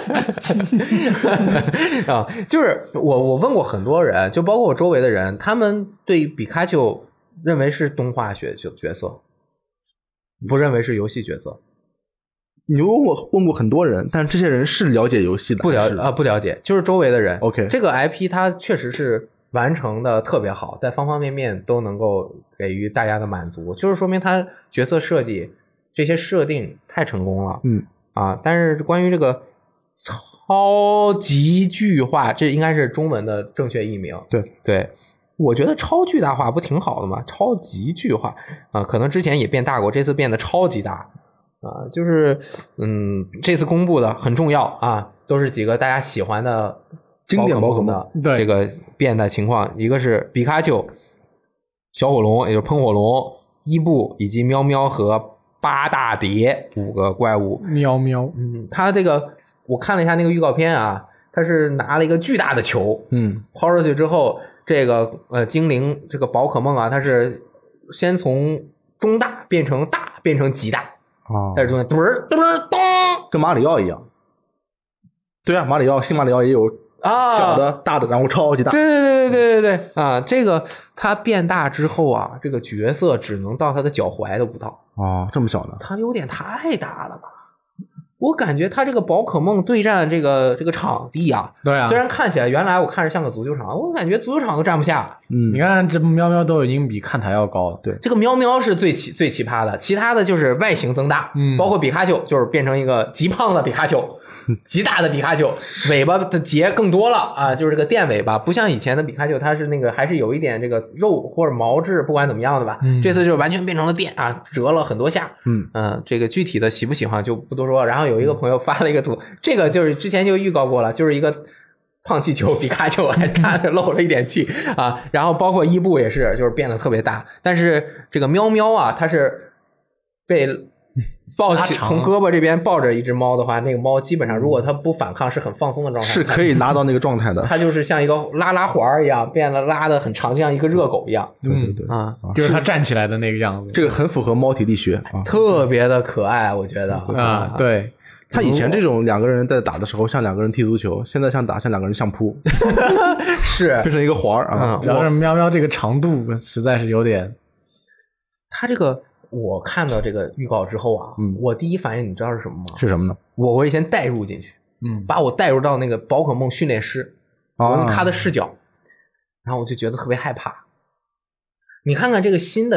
啊，就是我我问过很多人，就包括我周围的人，他们对比卡丘认为是动画角角色，不认为是游戏角色。 你问过问过很多人，但这些人是了解游戏的， 不了啊、呃、不了解，就是周围的人。 OK， 这个 I P 它确实是完成的特别好，在方方面面都能够给予大家的满足，就是说明它角色设计这些设定太成功了。 嗯啊，但是关于这个超级巨化，这应该是中文的正确译名。 对对，我觉得超巨大化不挺好的吗？超级巨化啊，可能之前也变大过，这次变得超级大啊，就是嗯，这次公布的很重要啊，都是几个大家喜欢的经典宝可梦的这个变的情况，一个是比卡丘、小火龙，也就是喷火龙、伊布以及喵喵和八大蝶五个怪物。 喵喵， 嗯，他这个我看了一下那个预告片啊，他是拿了一个巨大的球， 嗯， 抛出去之后，这个呃精灵这个宝可梦啊，它是先从中大变成大，变成极大啊， 在中间墩儿墩儿咚， 跟马里奥一样。对啊，马里奥新马里奥也有啊， 小的、大的，然后超级大。 对对对对对对啊！这个它变大之后啊，这个角色只能到它的脚踝都不到啊，这么小呢？ 它有点太大了吧？我感觉它这个宝可梦对战这个这个场地啊， 对啊， 虽然看起来原来我看着像个足球场，我感觉足球场都站不下。 嗯， 你看这喵喵都已经比看台要高了。 对， 这个喵喵是最奇最奇葩的，其他的就是外形增大， 嗯， 包括比卡丘就是变成一个极胖的比卡丘。极大的比卡丘，尾巴的节更多了啊，就是这个电尾巴，不像以前的比卡丘，它是那个还是有一点这个肉或者毛质，不管怎么样的吧。 嗯， 这次就完全变成了电啊，折了很多下。 嗯嗯、呃，这个具体的喜不喜欢就不多说。然后有一个朋友发了一个图，这个就是之前就预告过了，就是一个胖气球比卡丘还大的露了一点气啊。然后包括伊布也是，就是变得特别大，但是这个喵喵啊，它是被抱起从胳膊这边抱着一只猫的话，那个猫基本上如果它不反抗是很放松的状态， 是可以拉到那个状态的。 它就是像一个拉拉环一样，变得拉的很长，像一个热狗一样。 对对对啊， 就是它站起来的那个样子。 这个很符合猫体力学啊， 特别的可爱，我觉得啊，对。 他以前这种两个人在打的时候像两个人踢足球，现在像打像两个人相扑， 是变成一个环啊。 然后喵喵这个长度实在是有点， 他这个。我看到这个预告之后啊， 嗯， 我第一反应你知道是什么吗？ 是什么呢？ 我会先带入进去， 嗯， 把我带入到那个宝可梦训练师， 啊、 我用他的视角，然后我就觉得特别害怕。你看看这个新的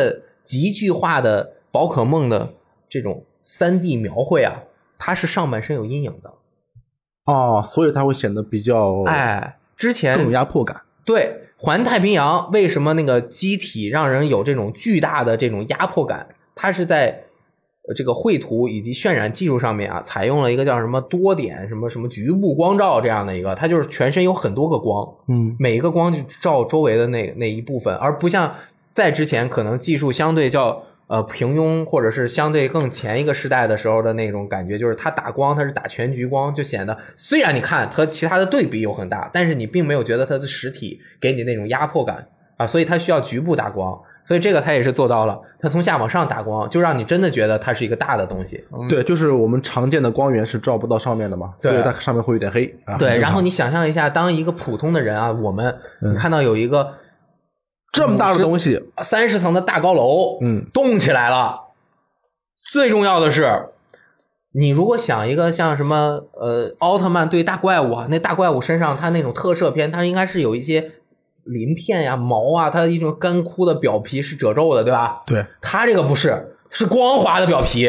极具化的宝可梦的这种 三 D 描绘啊，它是上半身有阴影的。 哦，所以它会显得比较哎，之前更有压迫感。 对，环太平洋为什么那个机体让人有这种巨大的这种压迫感？它是在这个绘图以及渲染技术上面啊，采用了一个叫什么多点什么什么局部光照这样的一个，它就是全身有很多个光， 嗯， 每一个光就照周围的那那一部分，而不像在之前可能技术相对较呃平庸，或者是相对更前一个时代的时候的那种感觉，就是它打光它是打全局光，就显得虽然你看和其他的对比有很大，但是你并没有觉得它的实体给你那种压迫感啊，所以它需要局部打光。所以这个它也是做到了，它从下往上打光，就让你真的觉得它是一个大的东西。 嗯、对，就是我们常见的光源是照不到上面的嘛，所以它上面会有点黑。啊、 对，然后你想象一下，当一个普通的人啊，我们、嗯、你看到有一个这么大的东西， 三十层的大高楼， 嗯， 动起来了。最重要的是，你如果想一个像什么呃奥特曼对大怪物啊，那大怪物身上它那种特摄片，它应该是有一些鳞片呀、毛啊，它一种干枯的表皮是褶皱的，对吧？ 对， 它这个不是，是光滑的表皮。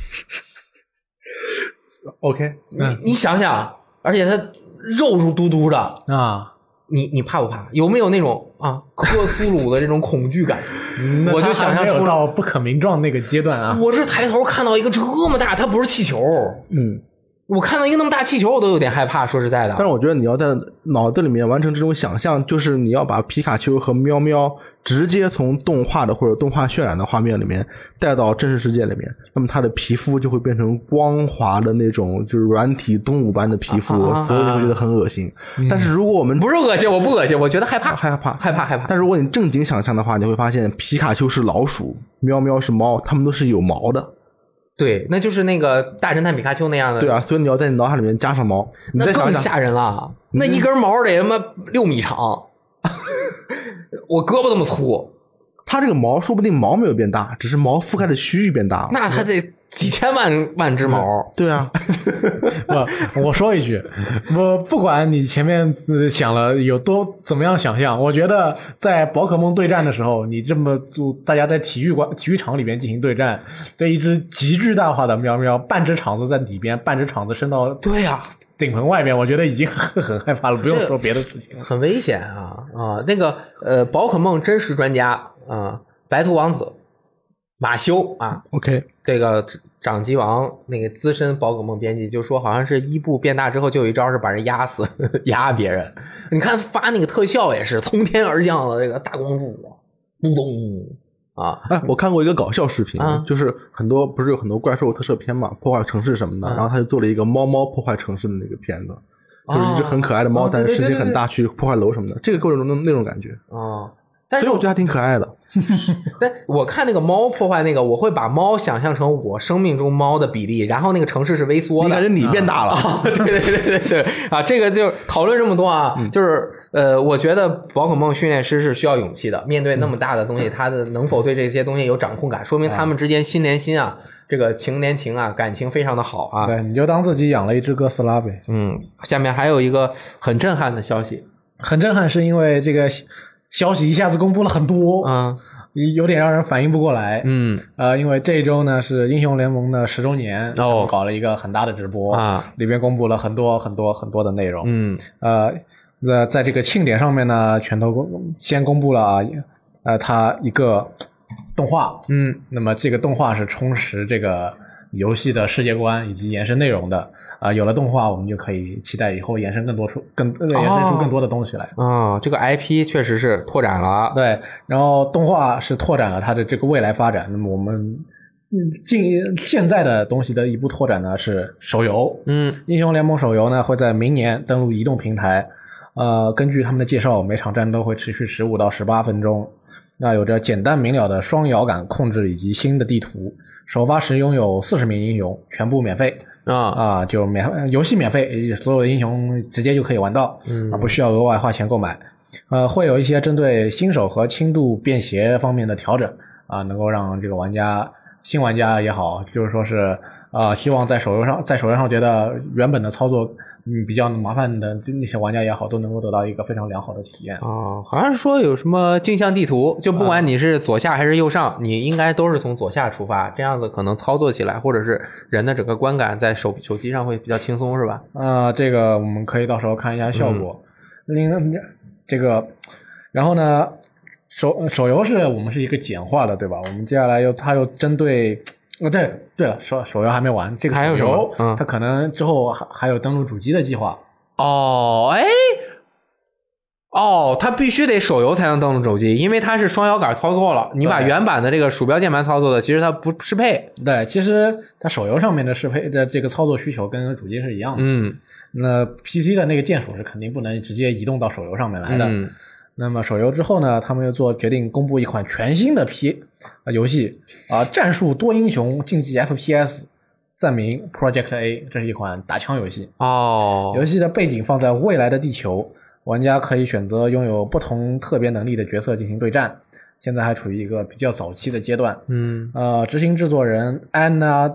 OK， 嗯，你想想，而且它肉肉嘟嘟的啊， 你你怕不怕？有没有那种啊克苏鲁的这种恐惧感？我就想象出到不可名状那个阶段啊。 我是抬头看到一个这么大，它不是气球， 嗯。 我看到一个那么大气球我都有点害怕，说实在的。 但是我觉得你要在脑子里面完成这种想象，就是你要把皮卡丘和喵喵直接从动画的或者动画渲染的画面里面带到真实世界里面，那么它的皮肤就会变成光滑的那种就是软体动物般的皮肤，啊啊啊啊所以你会觉得很恶心、嗯、但是如果我们不是恶心，我不恶心，我觉得害怕害怕害怕害怕。 但如果你正经想象的话，你会发现皮卡丘是老鼠，喵喵是猫，它们都是有毛的。 对，那就是那个大侦探皮卡丘那样的。 对啊，所以你要在你脑海里面加上毛，你再想想那更吓人了。那一根毛得他妈六米长，我胳膊这么粗。 它这个毛说不定毛没有变大，只是毛覆盖的区域变大了。 那它得几千万万只毛。 嗯、对啊， 我我说一句，我不管你前面想了有多怎么样想象，我觉得在宝可梦对战的时候，你这么做，大家在体育馆、体育场里面进行对战，对一只极巨大化的喵喵，半只场子在底边，半只场子伸到对呀、啊、 顶棚外面，我觉得已经很很害怕了，不用说别的事情， 很危险啊啊！那个呃，宝可梦真实专家。啊、嗯，白兔王子马修啊 ，OK， 这个掌机王那个资深宝可梦编辑就说，好像是伊布变大之后就有一招是把人压死，压别人。你看发那个特效也是从天而降的这个大光柱，咚咚啊！ 哎，我看过一个搞笑视频， 啊、 就是很多不是有很多怪兽特摄片嘛，破坏城市什么的，啊、然后他就做了一个猫猫破坏城市的那个片子，啊、就是一只很可爱的猫，啊、但是身形很大，去破坏楼什么的，这个过程中的那种感觉啊。 所以我觉得还挺可爱的。 但我看那个猫破坏那个，我会把猫想象成我生命中猫的比例，然后那个城市是微缩的。 你感觉你变大了？ 啊、对对对对对啊！这个就讨论这么多啊，嗯、就是呃，我觉得宝可梦训练师是需要勇气的，面对那么大的东西，嗯、他的能否对这些东西有掌控感，说明他们之间心连心啊，这个情连情啊，感情非常的好啊。 对，你就当自己养了一只哥斯拉呗。 嗯，下面还有一个很震撼的消息， 很震撼，是因为这个。消息一下子公布了很多， 嗯， 有点让人反应不过来， 嗯， 呃，因为这一周呢是英雄联盟的十周年， 哦， 搞了一个很大的直播啊， 里边公布了很多很多很多的内容， 嗯， 呃，那在这个庆典上面呢，拳头公先公布了啊，呃，它一个动画， 嗯， 那么这个动画是充实这个游戏的世界观以及延伸内容的。啊、呃，有了动画，我们就可以期待以后延伸更多出更延伸出更多的东西来。 哦，这个 I P 确实是拓展了。 对，然后动画是拓展了它的这个未来发展。那么我们近现在的东西的一步拓展呢是手游。 嗯， 英雄联盟手游呢会在明年登陆移动平台。呃，根据他们的介绍，每场战斗会持续十五到十八分钟。那有着简单明了的双摇杆控制以及新的地图。首发时拥有四十名英雄，全部免费。 啊啊，就免游戏免费，所有的英雄直接就可以玩到， 嗯， 而不需要额外花钱购买。呃，会有一些针对新手和轻度便携方面的调整啊，能够让这个玩家新玩家也好，就是说是啊、呃，希望在手游上在手游上觉得原本的操作嗯比较麻烦的那些玩家也好，都能够得到一个非常良好的体验。 哦，好像是说有什么镜像地图，就不管你是左下还是右上，你应该都是从左下出发，这样子可能操作起来或者是人的整个观感在手手机上会比较轻松，是吧？ 啊、这个我们可以到时候看一下效果。另、嗯、这个，然后呢，手手游是我们是一个简化的，对吧？我们接下来又它又针对。哦，对对了，手手游还没完，这个手游、嗯、它可能之后还还有登陆主机的计划。 哦，哎，哦，它必须得手游才能登陆主机，因为它是双摇杆操作了。你把原版的这个鼠标键盘操作的，其实它不适配。 对，其实它手游上面的适配的这个操作需求跟主机是一样的。 嗯， 那 P C 的那个键鼠是肯定不能直接移动到手游上面来的。 嗯， 那么手游之后呢，他们又做决定公布一款全新的 P 呃游戏啊、呃，战术多英雄竞技 F P S， 暂名 Project A， 这是一款打枪游戏。 哦， 游戏的背景放在未来的地球，玩家可以选择拥有不同特别能力的角色进行对战。现在还处于一个比较早期的阶段。 嗯， 呃，执行制作人 Anna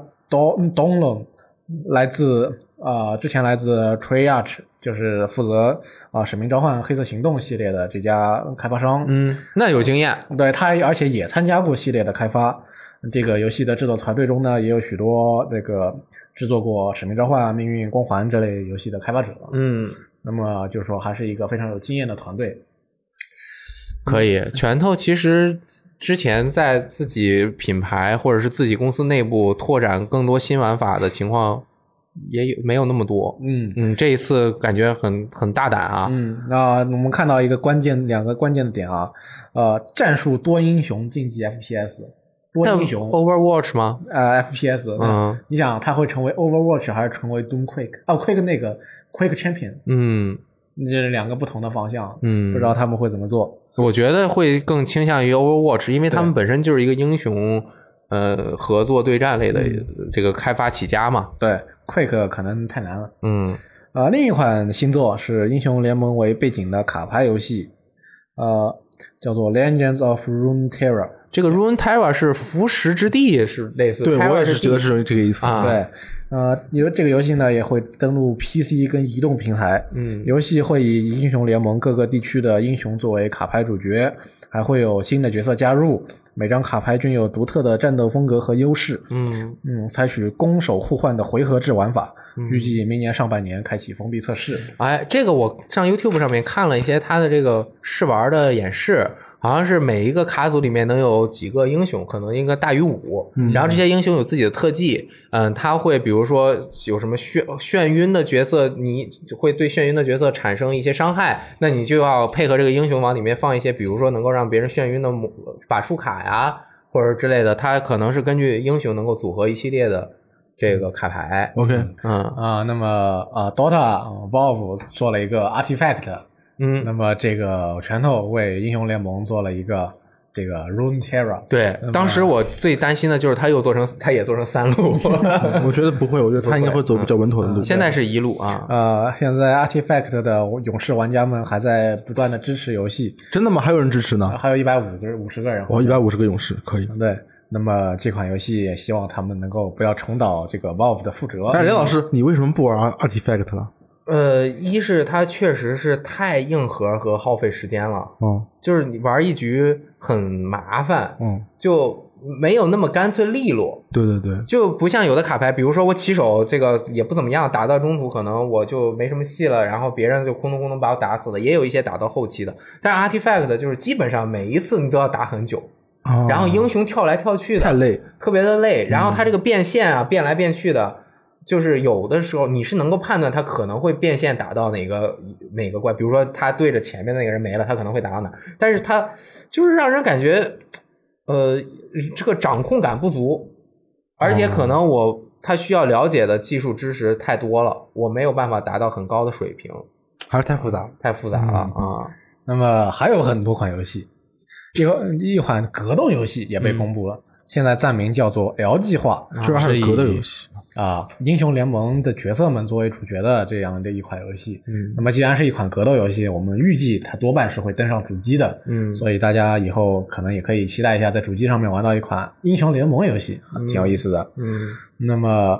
Donlon 来自呃之前来自 Treyarch， 就是负责啊《使命召唤：黑色行动》系列的这家开发商。 嗯，那有经验。 对，他而且也参加过系列的开发。这个游戏的制作团队中呢，也有许多这个制作过《使命召唤》、《命运光环》这类游戏的开发者。 嗯， 那么就是说，还是一个非常有经验的团队。 可以，拳头其实之前在自己品牌或者是自己公司内部拓展更多新玩法的情况也有没有那么多。 嗯嗯，这一次感觉很很大胆啊。 嗯，那我们看到一个关键两个关键的点啊，呃，战术多英雄竞技 F P S， 多英雄 Overwatch 吗？ 呃 F P S， 嗯， 你想它会成为 Overwatch 还是成为 Doom Quake？ 哦 ，Quake 那个 Quake Champion， 嗯， 这是两个不同的方向。 嗯， 不知道他们会怎么做。 我觉得会更倾向于 Overwatch， 因为他们本身就是一个英雄呃合作对战类的这个开发起家嘛。 对 Quake 可能太难了。 嗯， 呃，另一款新作是英雄联盟为背景的卡牌游戏，呃，叫做 Legends of Runeterra。 这个 Runeterra 是浮石之地，是类似。 对，我也是觉得是这个意思。 啊、 对，呃，因为这个游戏呢也会登陆 P C 跟移动平台。 嗯， 游戏会以英雄联盟各个地区的英雄作为卡牌主角，还会有新的角色加入。每张卡牌均有独特的战斗风格和优势。 嗯嗯，采取攻守互换的回合制玩法。 嗯、 预计明年上半年开启封闭测试。 哎，这个我上 YouTube 上面看了一些它的这个试玩的演示。好像是每一个卡组里面能有几个英雄，可能应该大于五、嗯、然后这些英雄有自己的特技。嗯，他会比如说有什么眩眩晕的角色，你会对眩晕的角色产生一些伤害，那你就要配合这个英雄往里面放一些比如说能够让别人眩晕的法术卡呀或者之类的，它可能是根据英雄能够组合一系列的这个卡牌。 OK， 嗯啊，那么啊 Dota、Valve 做了一个 Artifact。 嗯， 那么这个拳头为英雄联盟做了一个这个 Runeterra。 对，当时我最担心的就是他又做成，他也做成三路。 我觉得不会，我觉得他应该会走比较稳妥的路、嗯。 现在是一路啊。 呃，现在 Artifact 的勇士玩家们还在不断的支持游戏。 真的吗？还有人支持呢？ 还有一百五个五十个人。 哦，一百五十个勇士可以。 对，那么这款游戏也希望他们能够不要重蹈这个 Valve 的覆辙。 哎，梁老师，你为什么不玩 Artifact 了？ 呃，一是它确实是太硬核和耗费时间了， 嗯， 就是你玩一局很麻烦， 嗯， 就没有那么干脆利落。 对对对， 就不像有的卡牌，比如说我起手这个也不怎么样，打到中途可能我就没什么戏了，然后别人就空咚空咚把我打死了，也有一些打到后期的。但是 Artifact 就是基本上每一次你都要打很久， 哦、 然后英雄跳来跳去的， 太累， 特别的累，然后它这个变线啊，嗯、变来变去的。就是有的时候你是能够判断他可能会变线打到哪个哪个怪，比如说他对着前面那个人没了，他可能会打到哪，但是他就是让人感觉呃这个掌控感不足，而且可能我他需要了解的技术知识太多了，我没有办法达到很高的水平， 还是太复杂太复杂了啊、 嗯嗯。那么还有很多款游戏，一个一款格斗游戏也被公布了、嗯、现在暂名叫做 L 计划， 居然还是格斗游戏啊，英雄联盟的角色们作为主角的这样的一款游戏。 嗯， 那么既然是一款格斗游戏，我们预计它多半是会登上主机的。 嗯， 所以大家以后可能也可以期待一下，在主机上面玩到一款英雄联盟游戏， 嗯、 挺有意思的。 嗯， 那么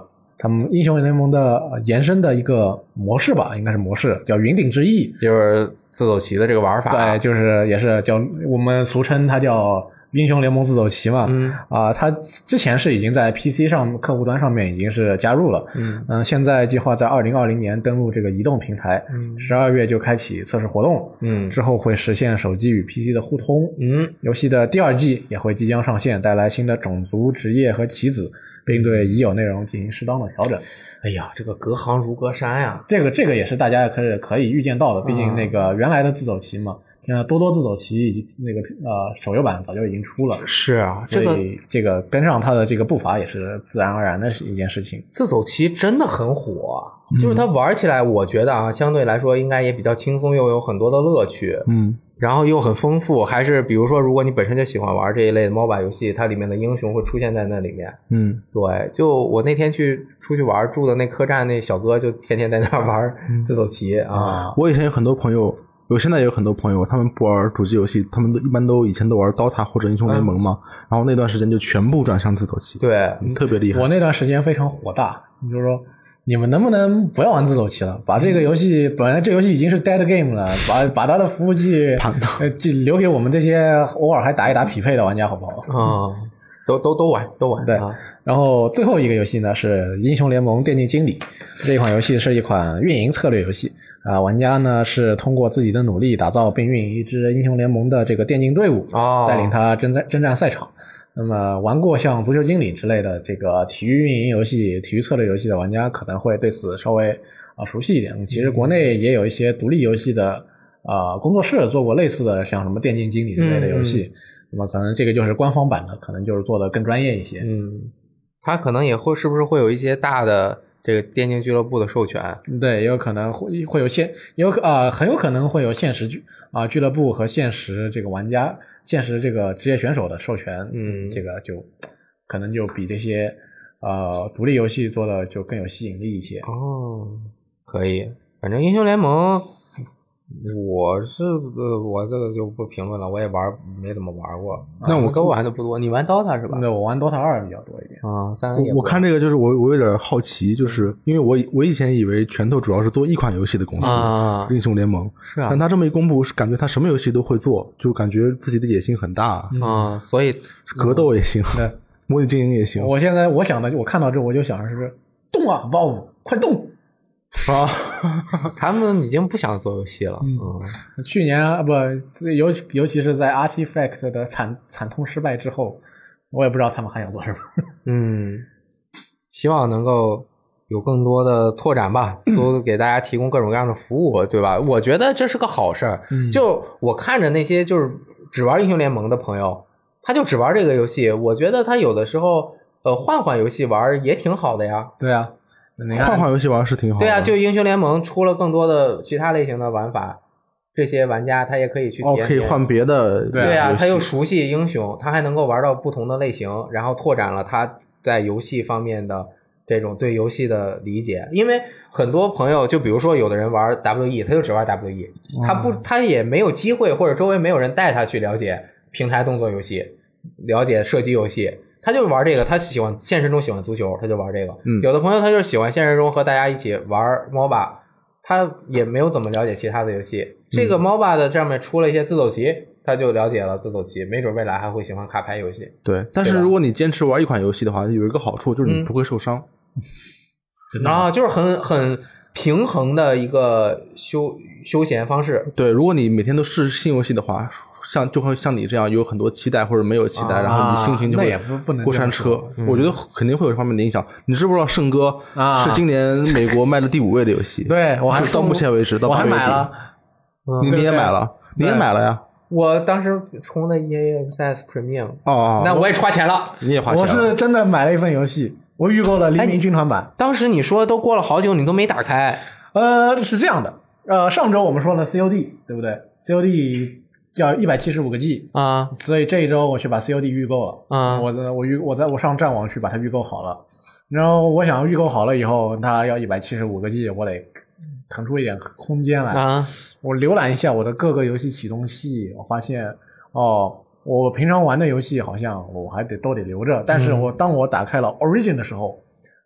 他们英雄联盟的延伸的一个模式吧，应该是模式，叫云顶之翼， 就是自走棋的这个玩法。 对，就是也是叫我们俗称它叫英雄联盟自走棋嘛。 嗯啊、呃，它之前是已经在 P C 上客户端上面已经是加入了。 嗯嗯、呃，现在计划在二零二零年登陆这个移动平台，十二、嗯、月就开启测试活动。嗯，之后会实现手机与 P C 的互通。嗯，游戏的第二季也会即将上线，带来新的种族、职业和棋子。并对已有内容进行适当的调整。 哎呀，这个隔行如隔山呀！ 这个这个也是大家可以可以预见到的，毕竟那个原来的自走棋嘛，现在多多自走棋以及那个呃手游版早就已经出了。 是啊， 所以这个跟上它的这个步伐也是自然而然的一件事情。 自走棋真的很火，就是它玩起来，我觉得啊，相对来说应该也比较轻松，又有很多的乐趣。嗯。然后又很丰富，还是比如说如果你本身就喜欢玩这一类的 M O B A 游戏，它里面的英雄会出现在那里面。嗯，对，就我那天去出去玩住的那客栈，那小哥就天天在那玩自走棋、嗯、啊。 我以前有很多朋友，我现在也有很多朋友，他们不玩主机游戏，他们都一般都以前都玩 D O T A 或者英雄联盟嘛、嗯、然后那段时间就全部转向自走棋。 对、 嗯、特别厉害。 我那段时间非常火大，就是说你们能不能不要玩自走棋了？把这个游戏本来这游戏已经是 dead game 了，把把它的服务器呃留给我们这些偶尔还打一打匹配的玩家，好不好？ 啊、嗯，都都都玩都玩。 对、 啊。 然后最后一个游戏呢是英雄联盟电竞经理，这款游戏是一款运营策略游戏啊、呃，玩家呢是通过自己的努力打造并运营一支英雄联盟的这个电竞队伍，哦、带领他征战征战赛场。那么玩过像足球经理之类的这个体育运营游戏、体育策略游戏的玩家可能会对此稍微啊、呃、熟悉一点。其实国内也有一些独立游戏的啊、呃、工作室做过类似的像什么电竞经理之类的游戏、嗯、那么可能这个就是官方版的，可能就是做的更专业一些。 嗯，它可能也会是不是会有一些大的这个电竞俱乐部的授权？ 对，也有可能会会有现有啊、呃、很有可能会有现实俱啊、呃、俱乐部和现实这个玩家。现实这个职业选手的授权，嗯，这个就可能就比这些呃独立游戏做的就更有吸引力一些。 哦，可以，反正英雄联盟，我是呃我这个就不评论了，我也玩没怎么玩过。那我都玩的不多，你玩 D O T A 是吧？ 对，我玩 D O T A 二比较多一点。 啊，三我我看这个就是我我有点好奇，就是因为我我以前以为拳头主要是做一款游戏的公司，啊、英雄联盟是啊， 但他这么一公布，是感觉他什么游戏都会做，就感觉自己的野心很大啊、 嗯，所以格斗也行，嗯、模拟经营也行。 我现在我想的，我看到这我就想的是动啊 ，Valve 快动！ 啊，他们已经不想做游戏了。 嗯，嗯去年啊不，尤尤其是在 Artifact 的惨惨痛失败之后，我也不知道他们还想做什么。 嗯，希望能够有更多的拓展吧，多给大家提供各种各样的服务，对吧？我觉得这是个好事儿。嗯，就我看着那些就是只玩英雄联盟的朋友，他就只玩这个游戏，我觉得他有的时候呃换换游戏玩也挺好的呀。 对啊。 换换游戏玩是挺好的。 对啊，就英雄联盟出了更多的其他类型的玩法，这些玩家他也可以去体验。 哦，可以换别的。 对啊，他又熟悉英雄，他还能够玩到不同的类型，然后拓展了他在游戏方面的这种对游戏的理解。因为很多朋友，就比如说有的人玩 W E， 他就只玩 W E，、嗯、他不，他也没有机会或者周围没有人带他去了解平台动作游戏，了解射击游戏。他就玩这个，他喜欢现实中喜欢足球，他就玩这个。嗯，有的朋友他就是喜欢现实中和大家一起玩 M O B A， 他也没有怎么了解其他的游戏。嗯、这个 M O B A 的上面出了一些自走棋，他就了解了自走棋，没准未来还会喜欢卡牌游戏。 对，但是如果你坚持玩一款游戏的话，有一个好处就是你不会受伤。 嗯、啊，就是很很平衡的一个休休闲方式。 对，如果你每天都试新游戏的话。像就会像你这样有很多期待或者没有期待、啊、然后你心情就会过山车、 嗯、 我觉得肯定会有这方面的影响。你知不知道圣歌是今年美国卖的第五位的游戏？ 对，我还到目前为止到我还买了， 你你也买了，你也买了呀？ 我当时充的 E A Access Premium 哦， 那我也花钱了， 你也花钱了。 我是真的买了一份游戏，我预购了黎明军团版、哎。 当时你说都过了好久，你都没打开。 呃，是这样的，呃，上周我们说了 C O D， 对不对 ？C O D。叫一百七十五个 G 啊，所以这一周我去把 C O D 预购了啊，我我预我在我上战网去把它预购好了，然后我想预购好了以后，它要一百七十五个 G， 我得腾出一点空间来啊。我浏览一下我的各个游戏启动器，我发现哦，我平常玩的游戏好像我还得都得留着，但是我当我打开了 Origin 的时候，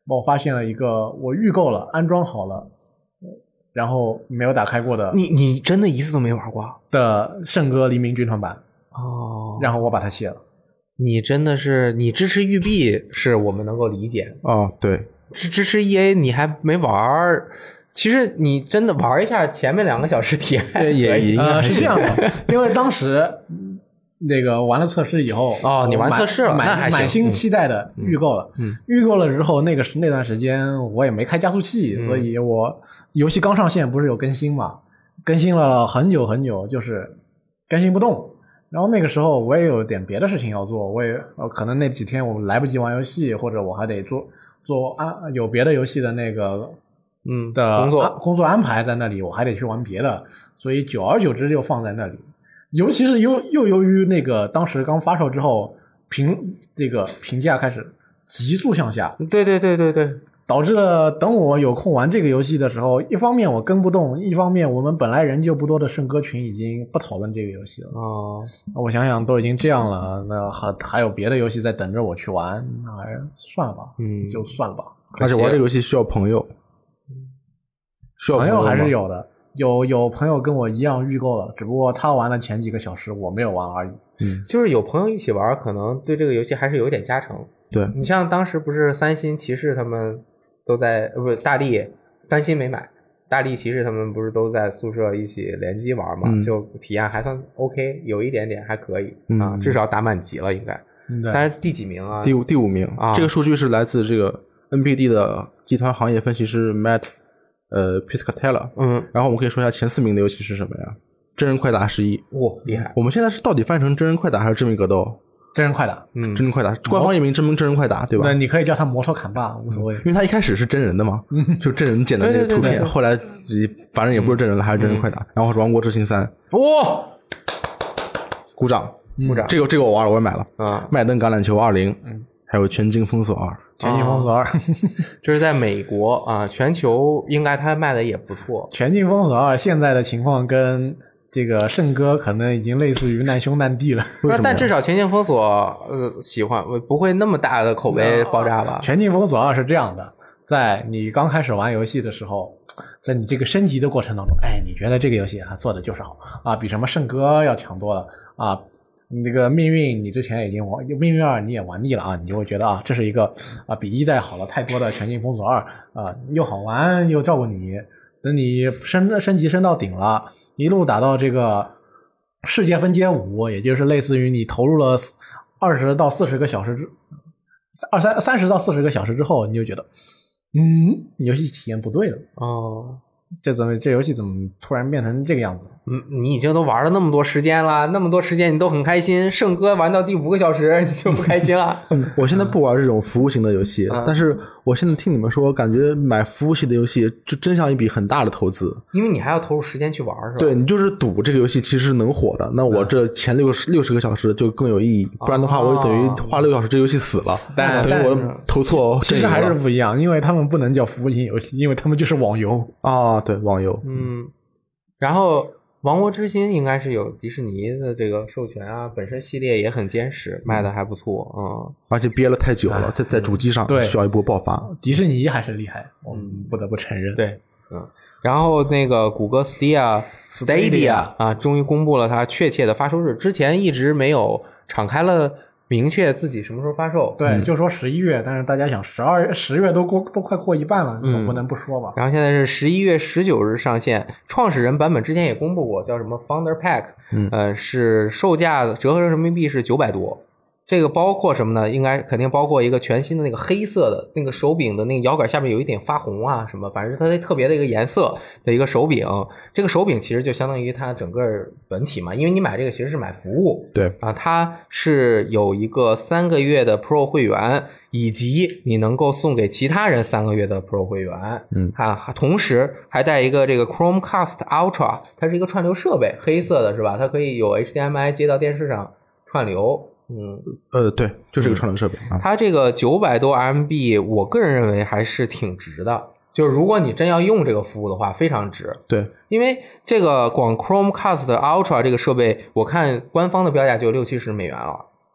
我发现了一个我预购了安装好了然后没有打开过的你你真的一次都没玩过的圣歌黎明军团版哦， 然后我把它卸了。 你真的是你支持育碧是我们能够理解哦，对， 支支持 E A 你还没玩，其实你真的玩一下前面两个小时体验也也应该呃是这样的，因为当时那个完了测试以后哦，你玩测试了，那还行， 满心期待的预购了， 嗯， 预购了之后，那个是那段时间我也没开加速器， 嗯、 所以我游戏刚上线不是有更新嘛，更新了很久很久，就是更新不动。然后那个时候我也有点别的事情要做，我也呃可能那几天我来不及玩游戏，或者我还得做做安有别的游戏的那个嗯的工作工作安排在那里，我还得去玩别的，所以久而久之就放在那里。尤其是又又由于那个当时刚发售之后评这个评价开始急速向下， 对对对对对， 导致了等我有空玩这个游戏的时候，一方面我跟不动，一方面我们本来人就不多的圣歌群已经不讨论这个游戏了。 哦， 我想想都已经这样了，那还还有别的游戏在等着我去玩，那还是算了吧， 嗯， 就算了吧。 而且玩这个游戏需要朋友，需要朋友还是有。 有的。有有朋友跟我一样预购了，只不过他玩了前几个小时，我没有玩而已。 嗯，就是有朋友一起玩，可能对这个游戏还是有点加成。 对， 你像当时不是三星骑士他们都在，呃，不是大力，三星没买，大力骑士他们不是都在宿舍一起联机玩嘛，嗯、就体验还算 OK， 有一点点还可以、嗯、啊，至少打满级了应该。 嗯、 但是第几名啊？ 第五第五名啊， 这个数据是来自这个 N P D 的集团行业分析师 Matt。呃 Piscatella， 嗯，然后我们可以说一下前四名的游戏是什么呀？真人快打十一， 哇，厉害！ 我们现在是到底翻译成真人快打还是致命格斗？ 真人快打， 嗯，真人快打，官方译名真真人快打，对吧？ 那你可以叫它摩托砍霸，无所谓， 因为它一开始是真人的嘛，就真人剪的那个图片， 对对对对后来反正也不是真人了，还是真人快打。嗯、然后是王国之心三， 哇， 鼓掌， 鼓掌！ 这个这个我玩了，我也买了啊， 麦登橄榄球二零，嗯，还有全境封锁二。 全境封锁二， 这是在美国啊，全球应该它卖的也不错。 全境封锁二现在的情况跟这个圣歌可能已经类似于难兄难弟了。 但至少全境封锁呃喜欢不会那么大的口碑爆炸吧？ 全境封锁二是这样的，在你刚开始玩游戏的时候，在你这个升级的过程当中，哎，你觉得这个游戏啊做的就是好啊，比什么圣歌要强多了啊。你那个命运你之前已经玩命运二你也玩腻了啊，你就会觉得啊这是一个啊比一代好了太多的全境封锁二啊，又好玩又照顾你，等你升升级升到顶了，一路打到这个世界分阶五，也就是类似于你投入了二十到四十个小时之二三三十到四十个小时之后，你就觉得嗯游戏体验不对了哦， 这怎么这游戏怎么突然变成这个样子？ 嗯，你已经都玩了那么多时间了，那么多时间你都很开心，圣歌玩到第五个小时你就不开心了。 我现在不玩这种服务型的游戏、嗯、但是我现在听你们说，感觉买服务系的游戏就真像一笔很大的投资， 因为你还要投入时间去玩是吧？ 对，你就是赌这个游戏其实能火的，那我这前六十六十个小时就更有意义，不然的话我就等于花六个小时这游戏死了， 但等于我投错其实还是不一样，因为他们不能叫服务型游戏，因为他们就是网游啊，对，网游。 嗯，然后王国之心应该是有迪士尼的这个授权啊，本身系列也很坚实，卖的还不错啊、嗯， 而且憋了太久了，在在主机上需要一波爆发。 迪士尼还是厉害，我们不得不承认。 对，嗯，然后那个谷歌 Stadia Stadia 啊，终于公布了它确切的发售日，之前一直没有敞开了明确自己什么时候发售。 对，嗯、就说十一月，但是大家想十二月、十月都过都快过一半了，总不能不说吧。 嗯、然后现在是十一月十九日上线，创始人版本之前也公布过，叫什么 Founder Pack， 嗯， 呃，是售价折合人民币是九百多。这个包括什么呢？应该肯定包括一个全新的那个黑色的那个手柄的那个摇杆下面有一点发红啊什么，反正是它的特别的一个颜色的一个手柄。这个手柄其实就相当于它整个本体嘛，因为你买这个其实是买服务。 对啊，它是有一个三个月的 Pro 会员，以及你能够送给其他人三个月的 Pro 会员。 嗯， 啊，同时还带一个这个 Chromecast Ultra， 它是一个串流设备，黑色的是吧？它可以有 H D M I 接到电视上串流。嗯， 呃，对，就是一个串流设备、 嗯、啊。它这个九百多 R M B， 我个人认为还是挺值的。就是如果你真要用这个服务的话，非常值。 对， 因为这个光 Chromecast Ultra 这个设备，我看官方的标价就六七十美元了。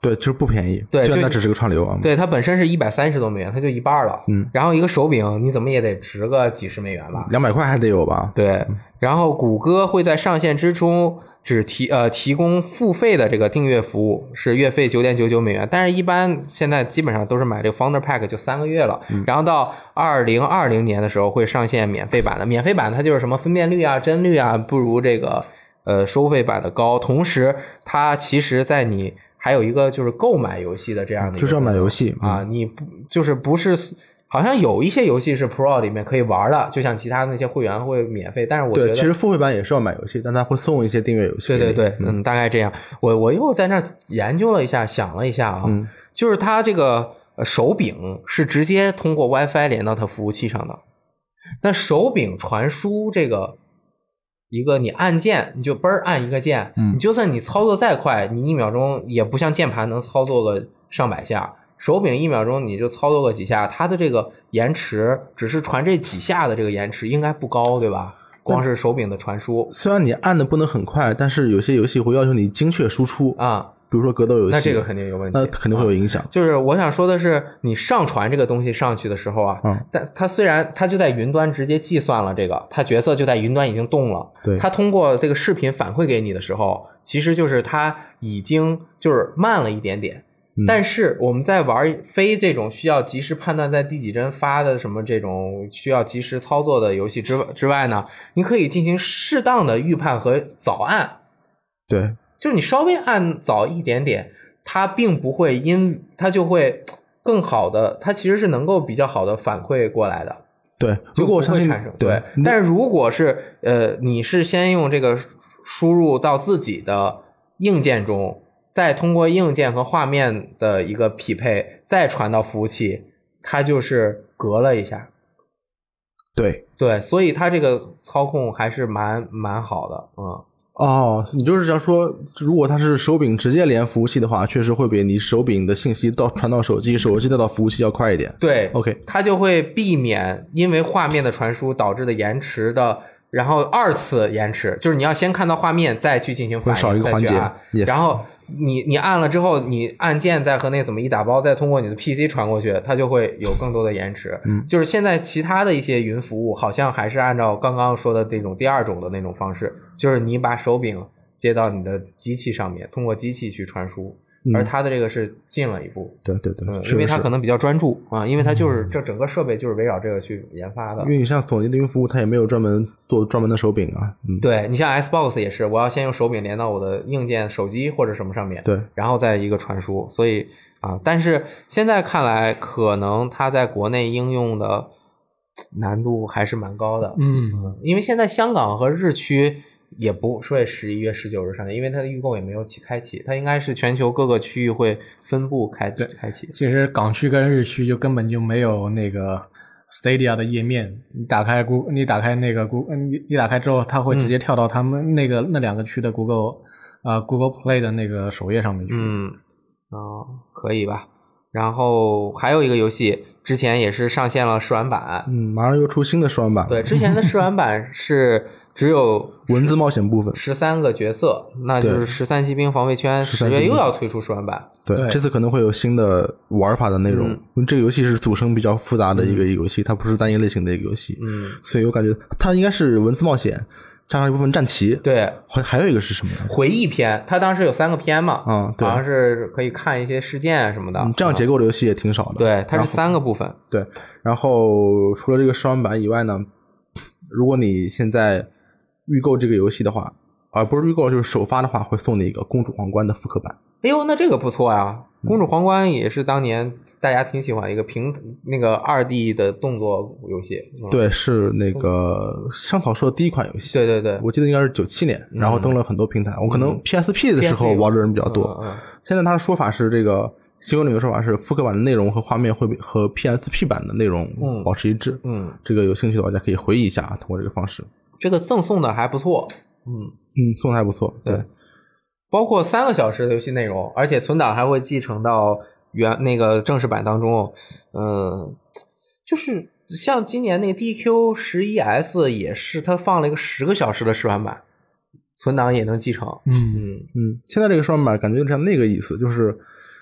对，就是不便宜。 对， 虽然它只是个串流啊。 对，它本身是一百三十多美元，它就一半了。 嗯， 然后一个手柄你怎么也得值个几十美元吧？ 两百块还得有吧？ 对。然后谷歌会在上线之初只提呃提供付费的这个订阅服务，是月费九点九九美元，但是一般现在基本上都是买这个 Founder Pack 就三个月了。嗯、然后到二零二零年的时候会上线免费版的，免费版它就是什么分辨率啊、帧率啊不如这个呃收费版的高，同时它其实在你还有一个就是购买游戏的这样的一个， 就是要买游戏啊，你不就是不是好像有一些游戏是 Pro 里面可以玩的，就像其他那些会员会免费，但是我觉得对，其实付费版也是要买游戏，但它会送一些订阅游戏。 对对对，嗯, 嗯，大概这样。我我又在那儿研究了一下，想了一下啊， 嗯、 就是它这个手柄是直接通过 WiFi 连到它服务器上的，那手柄传输这个。一个你按键你就嘣儿按一个键、嗯、你就算你操作再快，你一秒钟也不像键盘能操作个上百下，手柄一秒钟你就操作个几下，它的这个延迟只是传这几下的这个延迟应该不高，对吧？光是手柄的传输， 虽然你按的不能很快，但是有些游戏会要求你精确输出啊， 比如说格斗游戏， 那这个肯定有问题， 那肯定会有影响、 啊。就是我想说的是，你上传这个东西上去的时候啊， 嗯， 但它虽然它就在云端直接计算了这个，它角色就在云端已经动了， 对， 它通过这个视频反馈给你的时候，其实就是它已经就是慢了一点点。嗯、但是我们在玩非这种需要及时判断在第几帧发的什么这种需要及时操作的游戏之之外呢，你可以进行适当的预判和早按。 对， 就是你稍微按早一点点，它并不会因它就会更好的，它其实是能够比较好的反馈过来的。 对，如果我相信产生对, 对，但是如果是呃你是先用这个输入到自己的硬件中，再通过硬件和画面的一个匹配，再传到服务器，它就是隔了一下。 对对，所以它这个操控还是蛮蛮好的，嗯。 哦，你就是想说，如果它是手柄直接连服务器的话，确实会比你手柄的信息到传到手机，手机再到服务器要快一点。 对 ，OK， 它就会避免因为画面的传输导致的延迟的，然后二次延迟，就是你要先看到画面再去进行反应， 少一个环节， yes. 然后你你按了之后，你按键再和那怎么一打包，再通过你的 P C 传过去，它就会有更多的延迟。 嗯， 就是现在其他的一些云服务好像还是按照刚刚说的这种第二种的那种方式，就是你把手柄接到你的机器上面，通过机器去传输。嗯、而它的这个是进了一步， 对对对， 嗯，因为它可能比较专注啊，因为它就是这整个设备就是围绕这个去研发的。 因为你像索尼的云服务，它也没有专门做专门的手柄啊。嗯， 对，你像 Xbox 也是，我要先用手柄连到我的硬件手机或者什么上面， 对， 然后再一个传输。所以啊，但是现在看来，可能它在国内应用的难度还是蛮高的。 嗯， 嗯因为现在香港和日区。也不说十一月十九日上线，因为它的预购也没有起开启，它应该是全球各个区域会分布开开启。 其实港区跟日区就根本就没有那个 Stadia 的页面，你打开 Google， 你打开那个 Google， 你你打开之后，它会直接跳到他们那个、嗯、那两个区的 Google 啊、呃、Google Play 的那个首页上面去。 嗯，哦，可以吧？然后还有一个游戏，之前也是上线了试玩版， 嗯，马上又出新的试玩版了。 对，之前的试玩版是。只有文字冒险部分， 十三个角色，那就是十三骑兵防卫圈。十月又要推出试玩版， 对， 对这次可能会有新的玩法的内容。嗯、因为这个游戏是组成比较复杂的一个游戏，嗯、它不是单一类型的一个游戏。 嗯， 所以我感觉它应该是文字冒险加上一部分战棋。 对， 还还有一个是什么？ 回忆篇，它当时有三个篇嘛， 嗯，对， 好像是可以看一些事件什么的。 嗯、这样结构的游戏也挺少的。 对，它是三个部分。 对，然后除了这个试玩版以外呢，如果你现在预购这个游戏的话，而、啊、不是预购就是首发的话，会送你一个公主皇冠的复刻版。 哎呦，那这个不错呀！公主皇冠也是当年大家挺喜欢一个平那个二 D 的动作游戏。嗯、 对，是那个香草社第一款游戏。 对对对， 我记得应该是九七年，嗯、然后登了很多平台。我可能 P S P 的时候玩的人比较多。 嗯嗯嗯、 现在他的说法是这个。新闻里的说法是，复刻版的内容和画面会和 P S P 版的内容保持一致。 嗯，嗯这个有兴趣的玩家可以回忆一下，通过这个方式。 这个赠送的还不错。嗯嗯，送的还不错。对，对包括三个小时的游戏内容，而且存档还会继承到原那个正式版当中。嗯，就是像今年那个 D Q 十一 S 也是，它放了一个十个小时的试玩版，存档也能继承。 嗯嗯嗯，现在这个试玩版感觉像那个意思，就是。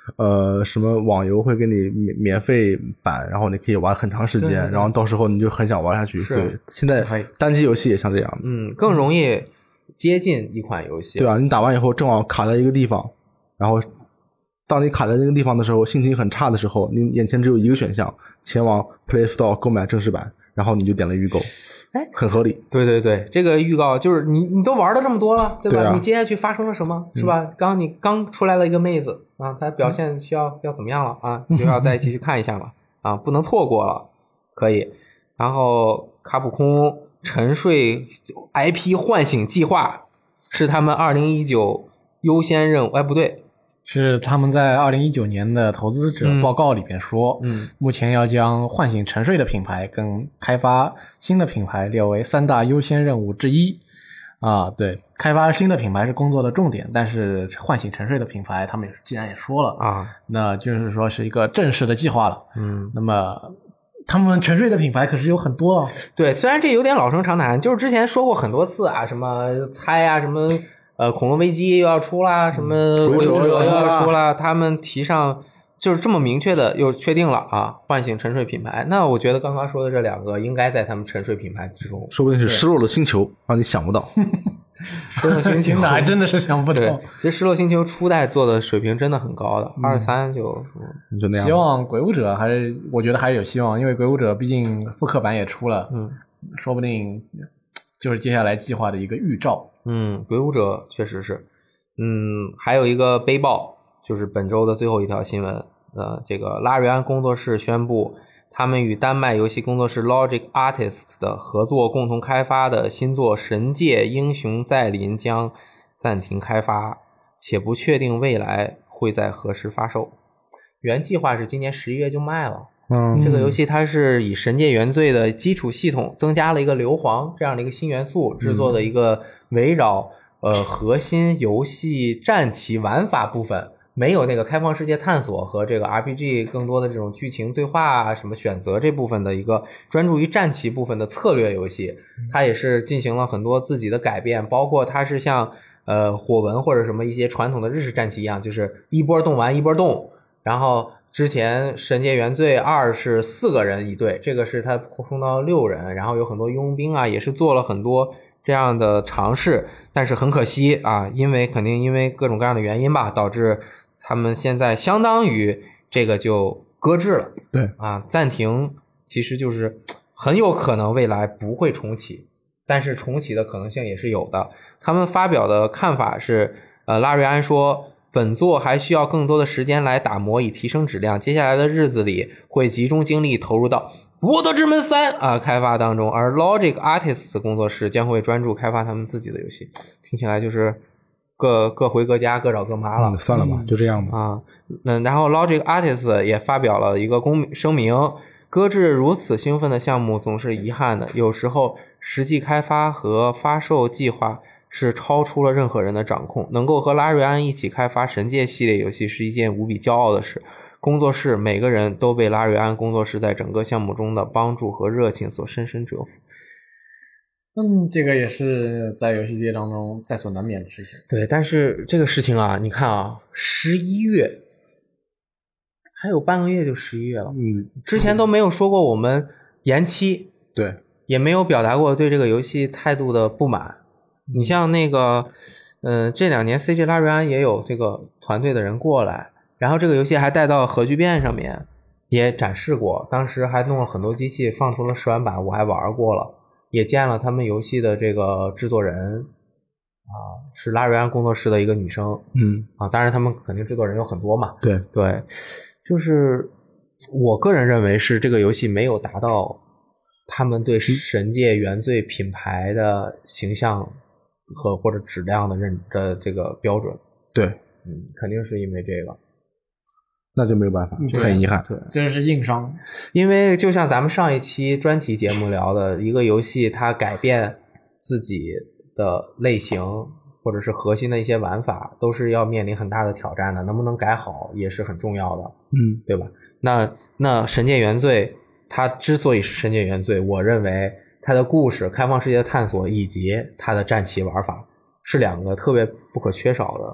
呃什么网游会给你免免费版，然后你可以玩很长时间， 对对对然后到时候你就很想玩下去。 是所以现在单机游戏也像这样的， 嗯，更容易接近一款游戏。 对啊，你打完以后正好卡在一个地方，然后当你卡在那个地方的时候，心情很差的时候，你眼前只有一个选项，前往 Play Store 购买正式版，然后你就点了预购， 哎， 很合理。 对对对，这个预告就是你你都玩了这么多了，对吧？ 对啊、 你接下去发生了什么，是吧？嗯、刚你刚出来了一个妹子啊，她表现需要、嗯、要怎么样了啊？你就要再继续看一下了啊，不能错过了，可以。然后卡普空沉睡 I P 唤醒计划是他们二零一九优先任务，哎，不对。 是他们在二零一九年的投资者报告里边说， 嗯， 目前要将唤醒沉睡的品牌跟开发新的品牌列为三大优先任务之一。啊，对，开发新的品牌是工作的重点，但是唤醒沉睡的品牌，他们也既然也说了啊， 那就是说是一个正式的计划了。 嗯， 那么他们沉睡的品牌可是有很多啊。 对，虽然这有点老生常谈，就是之前说过很多次啊，什么猜啊，什么。呃，恐龙危机又要出啦，什么鬼武者又要出啦，他们提上就是这么明确的又确定了啊，唤醒沉睡品牌。那我觉得刚刚说的这两个应该在他们沉睡品牌之中， 说不定是失落的星球，让你想不到。 失落星球还真的是想不到。 其实失落星球初代做的水平真的很高的，二三就就那样。 希望鬼武者还是我觉得还是有希望，因为鬼武者毕竟复刻版也出了， 嗯， 说不定就是接下来计划的一个预兆。 嗯，鬼武者确实是，嗯，还有一个悲报，就是本周的最后一条新闻，呃，这个拉瑞安工作室宣布，他们与丹麦游戏工作室 Logic Artists 的合作共同开发的新作《神界英雄再临》将暂停开发，且不确定未来会在何时发售。原计划是今年十一月就卖了。 嗯， 这个游戏它是以神界原罪的基础系统增加了一个硫磺这样的一个新元素制作的一个围绕呃核心游戏战棋玩法部分，没有那个开放世界探索和这个 R P G 更多的这种剧情对话啊什么选择这部分的一个专注于战棋部分的策略游戏。它也是进行了很多自己的改变，包括它是像呃火纹或者什么一些传统的日式战棋一样，就是一波动完一波动，然后之前神界原罪二是四个人一队，这个是他扩充到六人，然后有很多佣兵啊，也是做了很多这样的尝试，但是很可惜啊，因为肯定因为各种各样的原因吧，导致他们现在相当于这个就搁置了。 对啊，暂停其实就是很有可能未来不会重启，但是重启的可能性也是有的。他们发表的看法是，呃，拉瑞安说本作还需要更多的时间来打磨以提升质量，接下来的日子里会集中精力投入到《博德之门三》啊开发当中，而 Logic Artists 工作室将会专注开发他们自己的游戏。听起来就是各各回各家各找各妈了、 嗯、算了吧、嗯、就这样吧啊。那然后 Logic Artists 也发表了一个公声明，搁置如此兴奋的项目总是遗憾的，有时候实际开发和发售计划是超出了任何人的掌控，能够和拉瑞安一起开发神界系列游戏是一件无比骄傲的事。工作室每个人都被拉瑞安工作室在整个项目中的帮助和热情所深深折服。 嗯，这个也是在游戏界当中在所难免的事情。 对，但是这个事情啊，你看啊，十一月还有半个月就十一月了， 嗯， 之前都没有说过我们延期， 对， 也没有表达过对这个游戏态度的不满。你像那个，嗯、呃，这两年 C J 拉瑞安也有这个团队的人过来，然后这个游戏还带到核聚变上面也展示过，当时还弄了很多机器放出了试玩版，我还玩过了，也见了他们游戏的这个制作人啊，是拉瑞安工作室的一个女生， 嗯啊，当然他们肯定制作人有很多嘛， 对对，就是我个人认为是这个游戏没有达到他们对神界原罪品牌的形象和或者质量的认的这个标准， 对， 嗯，肯定是因为这个， 那就没有办法，很遗憾， 对，这是硬伤。 因为就像咱们上一期专题节目聊的，一个游戏它改变自己的类型或者是核心的一些玩法，都是要面临很大的挑战的，能不能改好也是很重要的， 嗯， 对吧？那那神界原罪它之所以是神界原罪，我认为它的故事、开放世界的探索以及它的战棋玩法是两个特别不可缺少的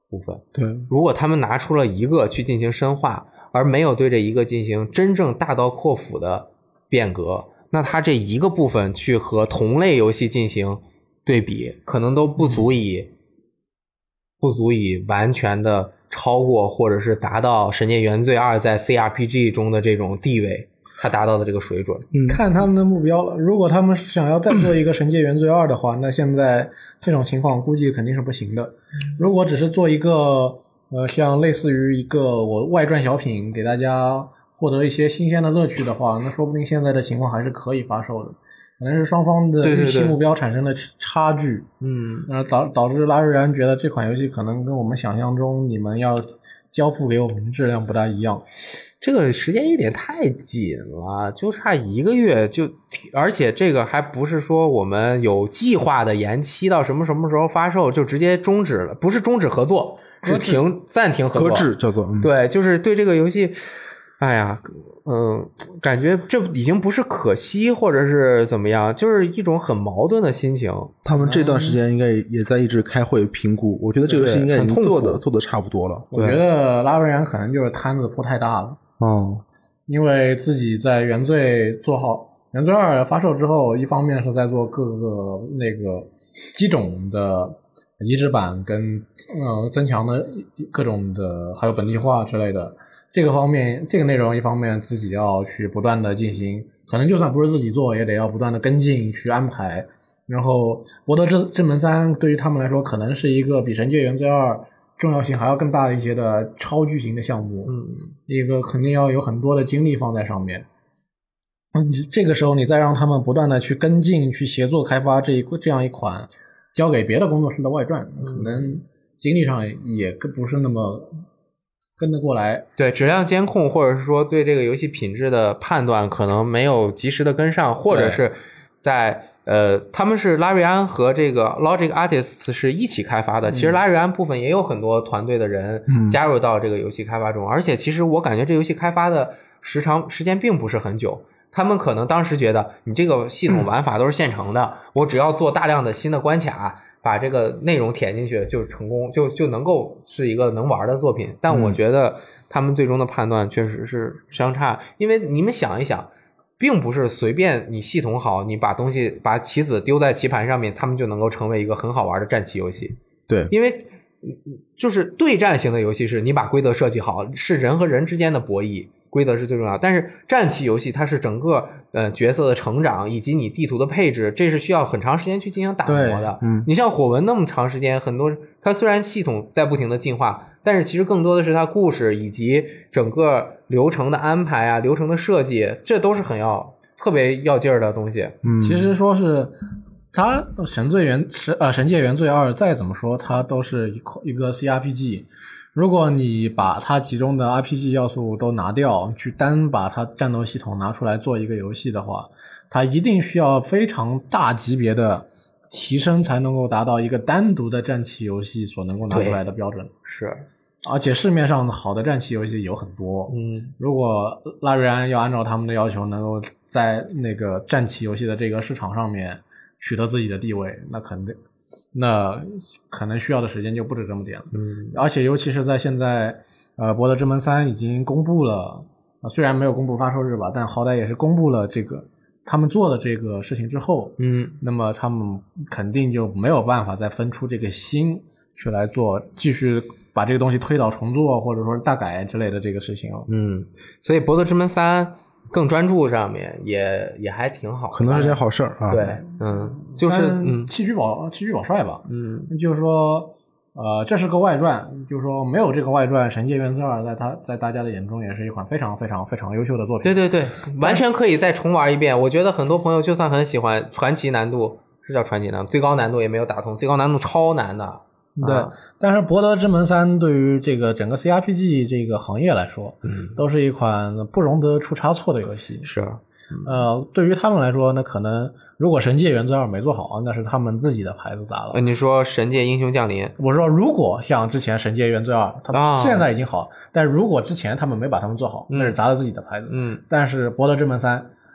部分。 对， 如果他们拿出了一个去进行深化，而没有对这一个进行真正大刀阔斧的变革，那它这一个部分去和同类游戏进行对比，可能都不足以、嗯、不足以完全的超过或者是达到《神界原罪二》在 C R P G 中的这种地位，它达到的这个水准。 嗯，看他们的目标了。如果他们想要再做一个《神界原罪二》的话，那现在这种情况估计肯定是不行的。如果只是做一个呃，像类似于一个我外传小品给大家获得一些新鲜的乐趣的话，那说不定现在的情况还是可以发售的。可能是双方的预期目标产生了差距，对对对嗯，呃，导导致拉瑞安觉得这款游戏可能跟我们想象中你们要交付给我们的质量不大一样。 这个时间有点太紧了，就差一个月就，而且这个还不是说我们有计划的延期到什么什么时候发售，就直接终止了，不是终止合作。是停暂停合作， 搁置叫做、嗯、 对，就是对这个游戏，哎呀，嗯、呃，感觉这已经不是可惜或者是怎么样，就是一种很矛盾的心情。 他们这段时间应该也在一直开会评估，我觉得这个游戏应该已经做的做的差不多了。 我觉得拉瑞安可能就是摊子铺太大了， 哦， 因为自己在原罪做好原罪二发售之后，一方面是在做各个那个机种的移植版跟呃增强的各种的还有本地化之类的这个方面，这个内容一方面自己要去不断的进行，可能就算不是自己做也得要不断的跟进去安排。然后博德之之门三对于他们来说可能是一个比神界原罪二重要性还要更大的一些的超巨型的项目，嗯，一个肯定要有很多的精力放在上面。嗯，这个时候你再让他们不断的去跟进去协作开发这一这样一款交给别的工作室的外传，可能精力上也不是那么跟得过来。 对，质量监控或者是说对这个游戏品质的判断可能没有及时的跟上，或者是在呃，他们是拉瑞安和这个 Logic Artists 是一起开发的、嗯、其实拉瑞安部分也有很多团队的人加入到这个游戏开发中、嗯、而且其实我感觉这游戏开发的时长时间并不是很久，他们可能当时觉得你这个系统玩法都是现成的、嗯、我只要做大量的新的关卡把这个内容填进去就成功，就就能够是一个能玩的作品。但我觉得他们最终的判断确实是相差，因为你们想一想，并不是随便你系统好，你把东西把棋子丢在棋盘上面，他们就能够成为一个很好玩的战棋游戏。 对， 因为就是对战型的游戏是你把规则设计好，是人和人之间的博弈，规则是最重要的。但是战棋游戏它是整个呃角色的成长以及你地图的配置，这是需要很长时间去进行打磨的。 嗯， 你像火纹那么长时间，很多它虽然系统在不停的进化，但是其实更多的是它故事以及整个流程的安排啊，流程的设计，这都是很要特别要劲儿的东西。 嗯，其实说是它神罪原神呃神界原罪二再怎么说它都是一一个 C R P G， 如果你把它其中的 R P G 要素都拿掉，去单把它战斗系统拿出来做一个游戏的话，它一定需要非常大级别的提升才能够达到一个单独的战棋游戏所能够拿出来的标准。 是， 而且市面上好的战棋游戏有很多， 嗯， 如果拉瑞安要按照他们的要求能够在那个战棋游戏的这个市场上面取得自己的地位，那肯定那可能需要的时间就不止这么点了。 嗯， 而且尤其是在现在呃博德之门三已经公布了、呃、虽然没有公布发售日吧，但好歹也是公布了这个他们做的这个事情之后， 嗯， 那么他们肯定就没有办法再分出这个心去来做继续把这个东西推倒重做或者说是大改之类的这个事情了。 嗯，所以博德之门三更专注上面也也还挺好， 可能是件好事啊。 对，嗯，就是嗯， 弃车保弃车保帅吧， 嗯， 就是说呃这是个外传，就是说没有这个外传，神界原罪二在他在大家的眼中也是一款非常非常非常优秀的作品。 对对对，完全可以再重玩一遍。我觉得很多朋友就算很喜欢传奇难度，是叫传奇难度，最高难度也没有打通，最高难度超难的。 对、啊，但是博德之门三对于这个整个 C R P G 这个行业来说， 嗯， 都是一款不容得出差错的游戏。 是， 呃，对于他们来说，那可能如果神界原罪二没做好，那是他们自己的牌子砸了。 呃、你说神界英雄降临， 我说如果像之前神界原罪二，他们现在已经好， 啊、 但如果之前他们没把他们做好， 嗯、 那是砸了自己的牌子。 嗯， 但是博德之门三，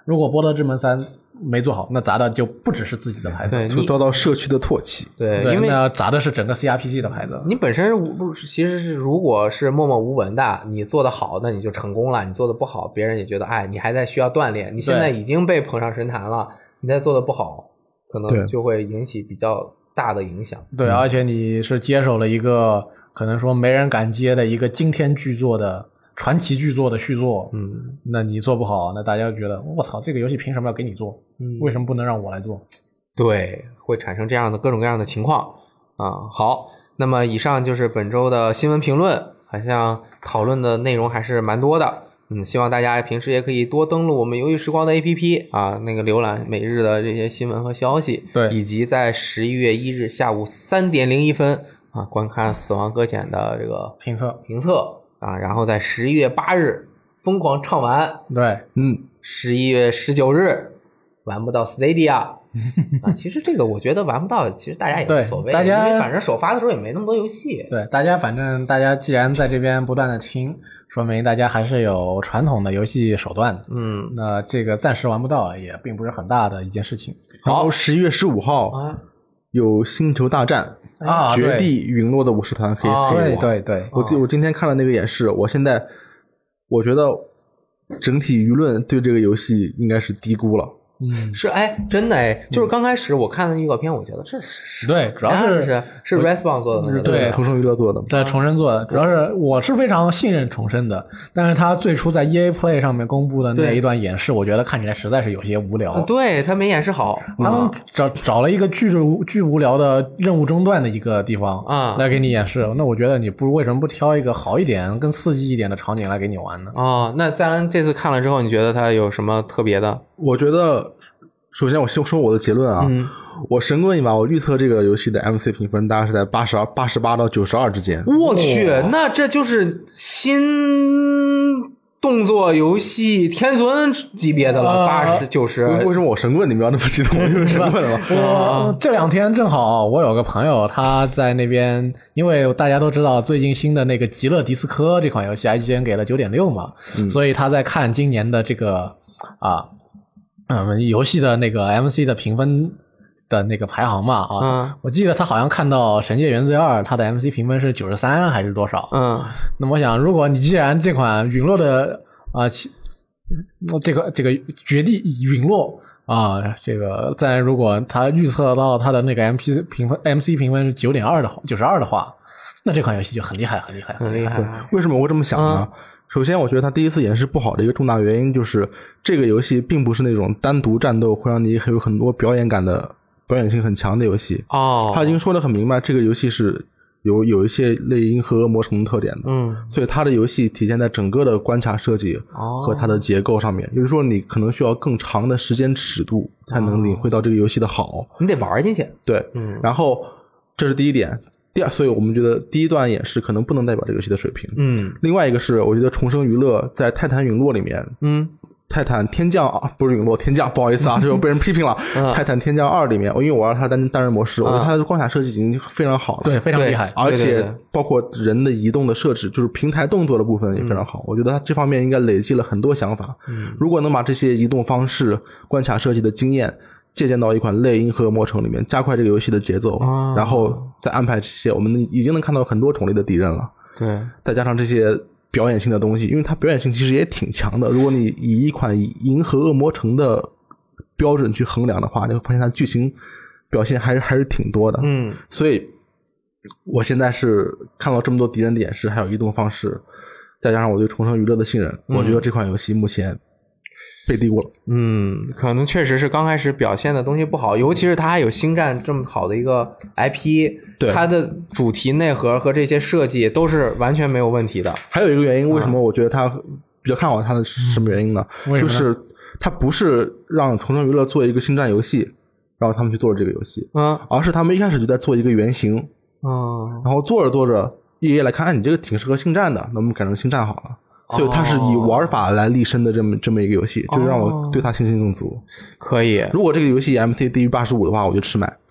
如果《波德之门三》没做好，那砸的就不只是自己的牌子， 对， 就遭到社区的唾弃。 对， 对， 因为那砸的是整个 C R P G 的牌子。 你本身不其实是如果是默默无闻的，你做的好，那你就成功了；你做的不好，别人也觉得哎，你还在需要锻炼。你现在已经被捧上神坛了，你再做的不好，可能就会引起比较大的影响。 对，而且你是接手了一个可能说没人敢接的一个惊天巨作的传奇巨作的续作， 嗯， 那你做不好，那大家就觉得我操，这个游戏凭什么要给你做？ 嗯， 为什么不能让我来做？ 对，会产生这样的各种各样的情况啊。好，那么以上就是本周的新闻评论，好像讨论的内容还是蛮多的。嗯，希望大家平时也可以多登录我们游戏时光的 A P P 啊，那个浏览每日的这些新闻和消息， 对， 以及在十一月一日下午三点零一分啊观看《死亡搁浅》的这个评测评测啊，然后在十一月八日疯狂畅玩， 对， 嗯， 十一月十九日玩不到 Stadia 啊，其实这个我觉得玩不到，其实大家也无所谓， 大家因为反正首发的时候也没那么多游戏。 对，大家反正大家既然在这边不断的听，说明大家还是有传统的游戏手段的。 嗯， 那这个暂时玩不到也并不是很大的一件事情。 然后十一月十五号、 啊、 有星球大战啊， 绝地陨落的武士团可以啊可以对对对， 我记我今天看了那个演示，我现在我觉得整体舆论对这个游戏应该是低估了。 嗯， 是哎，真的哎，就是刚开始我看的预告片，我觉得这是对，主要是是是 Respawn 做的那个， 对， 重生娱乐做的， 在重生做的，主要是我是非常信任重生的，但是他最初在 E A Play 上面公布的那一段演示，我觉得看起来实在是有些无聊。 对，他没演示好， 他们找找了一个巨巨无聊的任务中断的一个地方啊， 来给你演示。那我觉得你不如为什么不挑一个好一点、更刺激一点的场景来给你玩呢？ 哦，那咱这次看了之后，你觉得它有什么特别的？ 我觉得。首先我先说我的结论啊、嗯、我神棍一把，我预测这个游戏的 M C 评分大概是在八十二八十八到九十二之间。 我去、哦、那这就是新动作游戏天尊级别的了，八十九十。 为什么我神棍你不要那么激动？我就是神棍了。 我这两天正好我有个朋友他在那边，因为大家都知道最近新的那个极乐迪斯科这款游戏 I G N 给了 九点六 嘛、嗯、所以他在看今年的这个啊嗯，游戏的那个 M C 的评分的那个排行嘛啊、 嗯， 我记得他好像看到《神界原罪二》，它的 M C 评分是九十三还是多少？ 嗯， 那么我想，如果你既然这款陨落的啊、呃，这个这个绝地陨落啊，这个在如果他预测到它的那个 M P 评分 M C 评分是九点二的九十二的话，那这款游戏就很厉害，很厉害， 很厉害。 对，为什么我会这么想呢？嗯，首先我觉得它第一次演示不好的一个重大原因就是这个游戏并不是那种单独战斗会让你有很多表演感的表演性很强的游戏哦。 他已经说得很明白，这个游戏是有有一些类银河恶魔城的特点的， 嗯， 所以它的游戏体现在整个的关卡设计和它的结构上面，也就是说你可能需要更长的时间尺度才能领会到这个游戏的好， 你得玩进去。 对， 嗯， 然后这是第一点。第二，所以我们觉得第一段演示可能不能代表这个游戏的水平。 嗯， 另外一个是，我觉得重生娱乐在泰坦陨落里面， 嗯， 泰坦天降啊，不是陨落天降，不好意思啊，这又被人批评了。 嗯、 泰坦天降二里面，因为我玩它单单人模式， 嗯、 我觉得它的关卡设计已经非常好了， 对，非常厉害， 而且包括人的移动的设置，就是平台动作的部分也非常好。嗯、我觉得它这方面应该累积了很多想法。 嗯， 如果能把这些移动方式、关卡设计的经验借鉴到一款类银河恶魔城里面，加快这个游戏的节奏， 哦、 然后再安排这些，我们已经能看到很多种类的敌人了。 对， 再加上这些表演性的东西，因为它表演性其实也挺强的。如果你以一款银河恶魔城的标准去衡量的话，你会发现它剧情表现还是还是挺多的。 嗯， 所以我现在是看到这么多敌人的演示，还有移动方式，再加上我对重生娱乐的信任， 嗯、 我觉得这款游戏目前被低估了。 嗯，可能确实是刚开始表现的东西不好，尤其是它还有星战这么好的一个 I P， 对， 它的主题内核和这些设计都是完全没有问题的。 还有一个原因，为什么我觉得它比较看好它的是什么原因呢？ 嗯、 就是它不是让重生娱乐做一个星战游戏，然后他们去做了这个游戏， 嗯， 而是他们一开始就在做一个原型， 嗯， 然后做着做着 E A 来看，哎，你这个挺适合星战的，那我们改成星战好了。所以它是以玩法来立身的这么这么一个游戏，就是让我对它信心更足。 可以， 如果这个游戏 M C 低于八十五的话，我就吃买。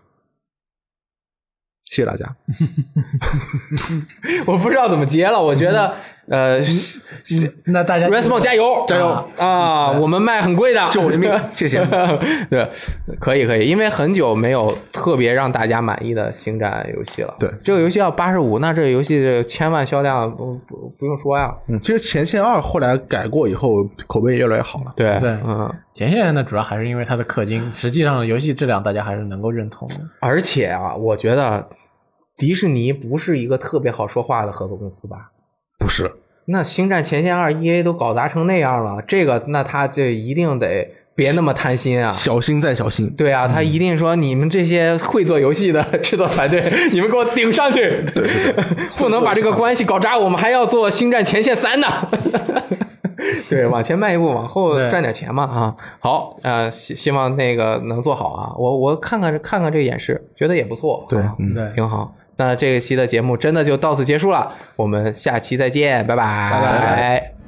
谢谢大家。 我不知道怎么接了，我觉得呃， 那大家 Respawn 加油加油啊！我们卖很贵的， 救我一命，谢谢。 对，可以可以，因为很久没有特别让大家满意的星战游戏了。 对， 这个游戏要八十五，那这个游戏千万销量不不不用说呀。 嗯，其实前线二后来改过以后，口碑也越来越好了。 对对， 嗯， 前线呢主要还是因为它的氪金，实际上游戏质量大家还是能够认同的。 而且啊，我觉得迪士尼不是一个特别好说话的合作公司吧？ 不是。 那星战前线二 E A 都搞砸成那样了，这个那他就一定得别那么贪心啊， 小心再小心。 对啊，他一定说你们这些会做游戏的制作团队，你们给我顶上去， 对对对， 不能把这个关系搞砸，我们还要做星战前线三呢。对，往前迈一步，往后赚点钱嘛啊！好，呃，希希望那个能做好啊。我我看看看看这个演示，觉得也不错， 对， 啊、 嗯， 对， 挺好。那这一期的节目真的就到此结束了，我们下期再见，拜拜， 拜拜。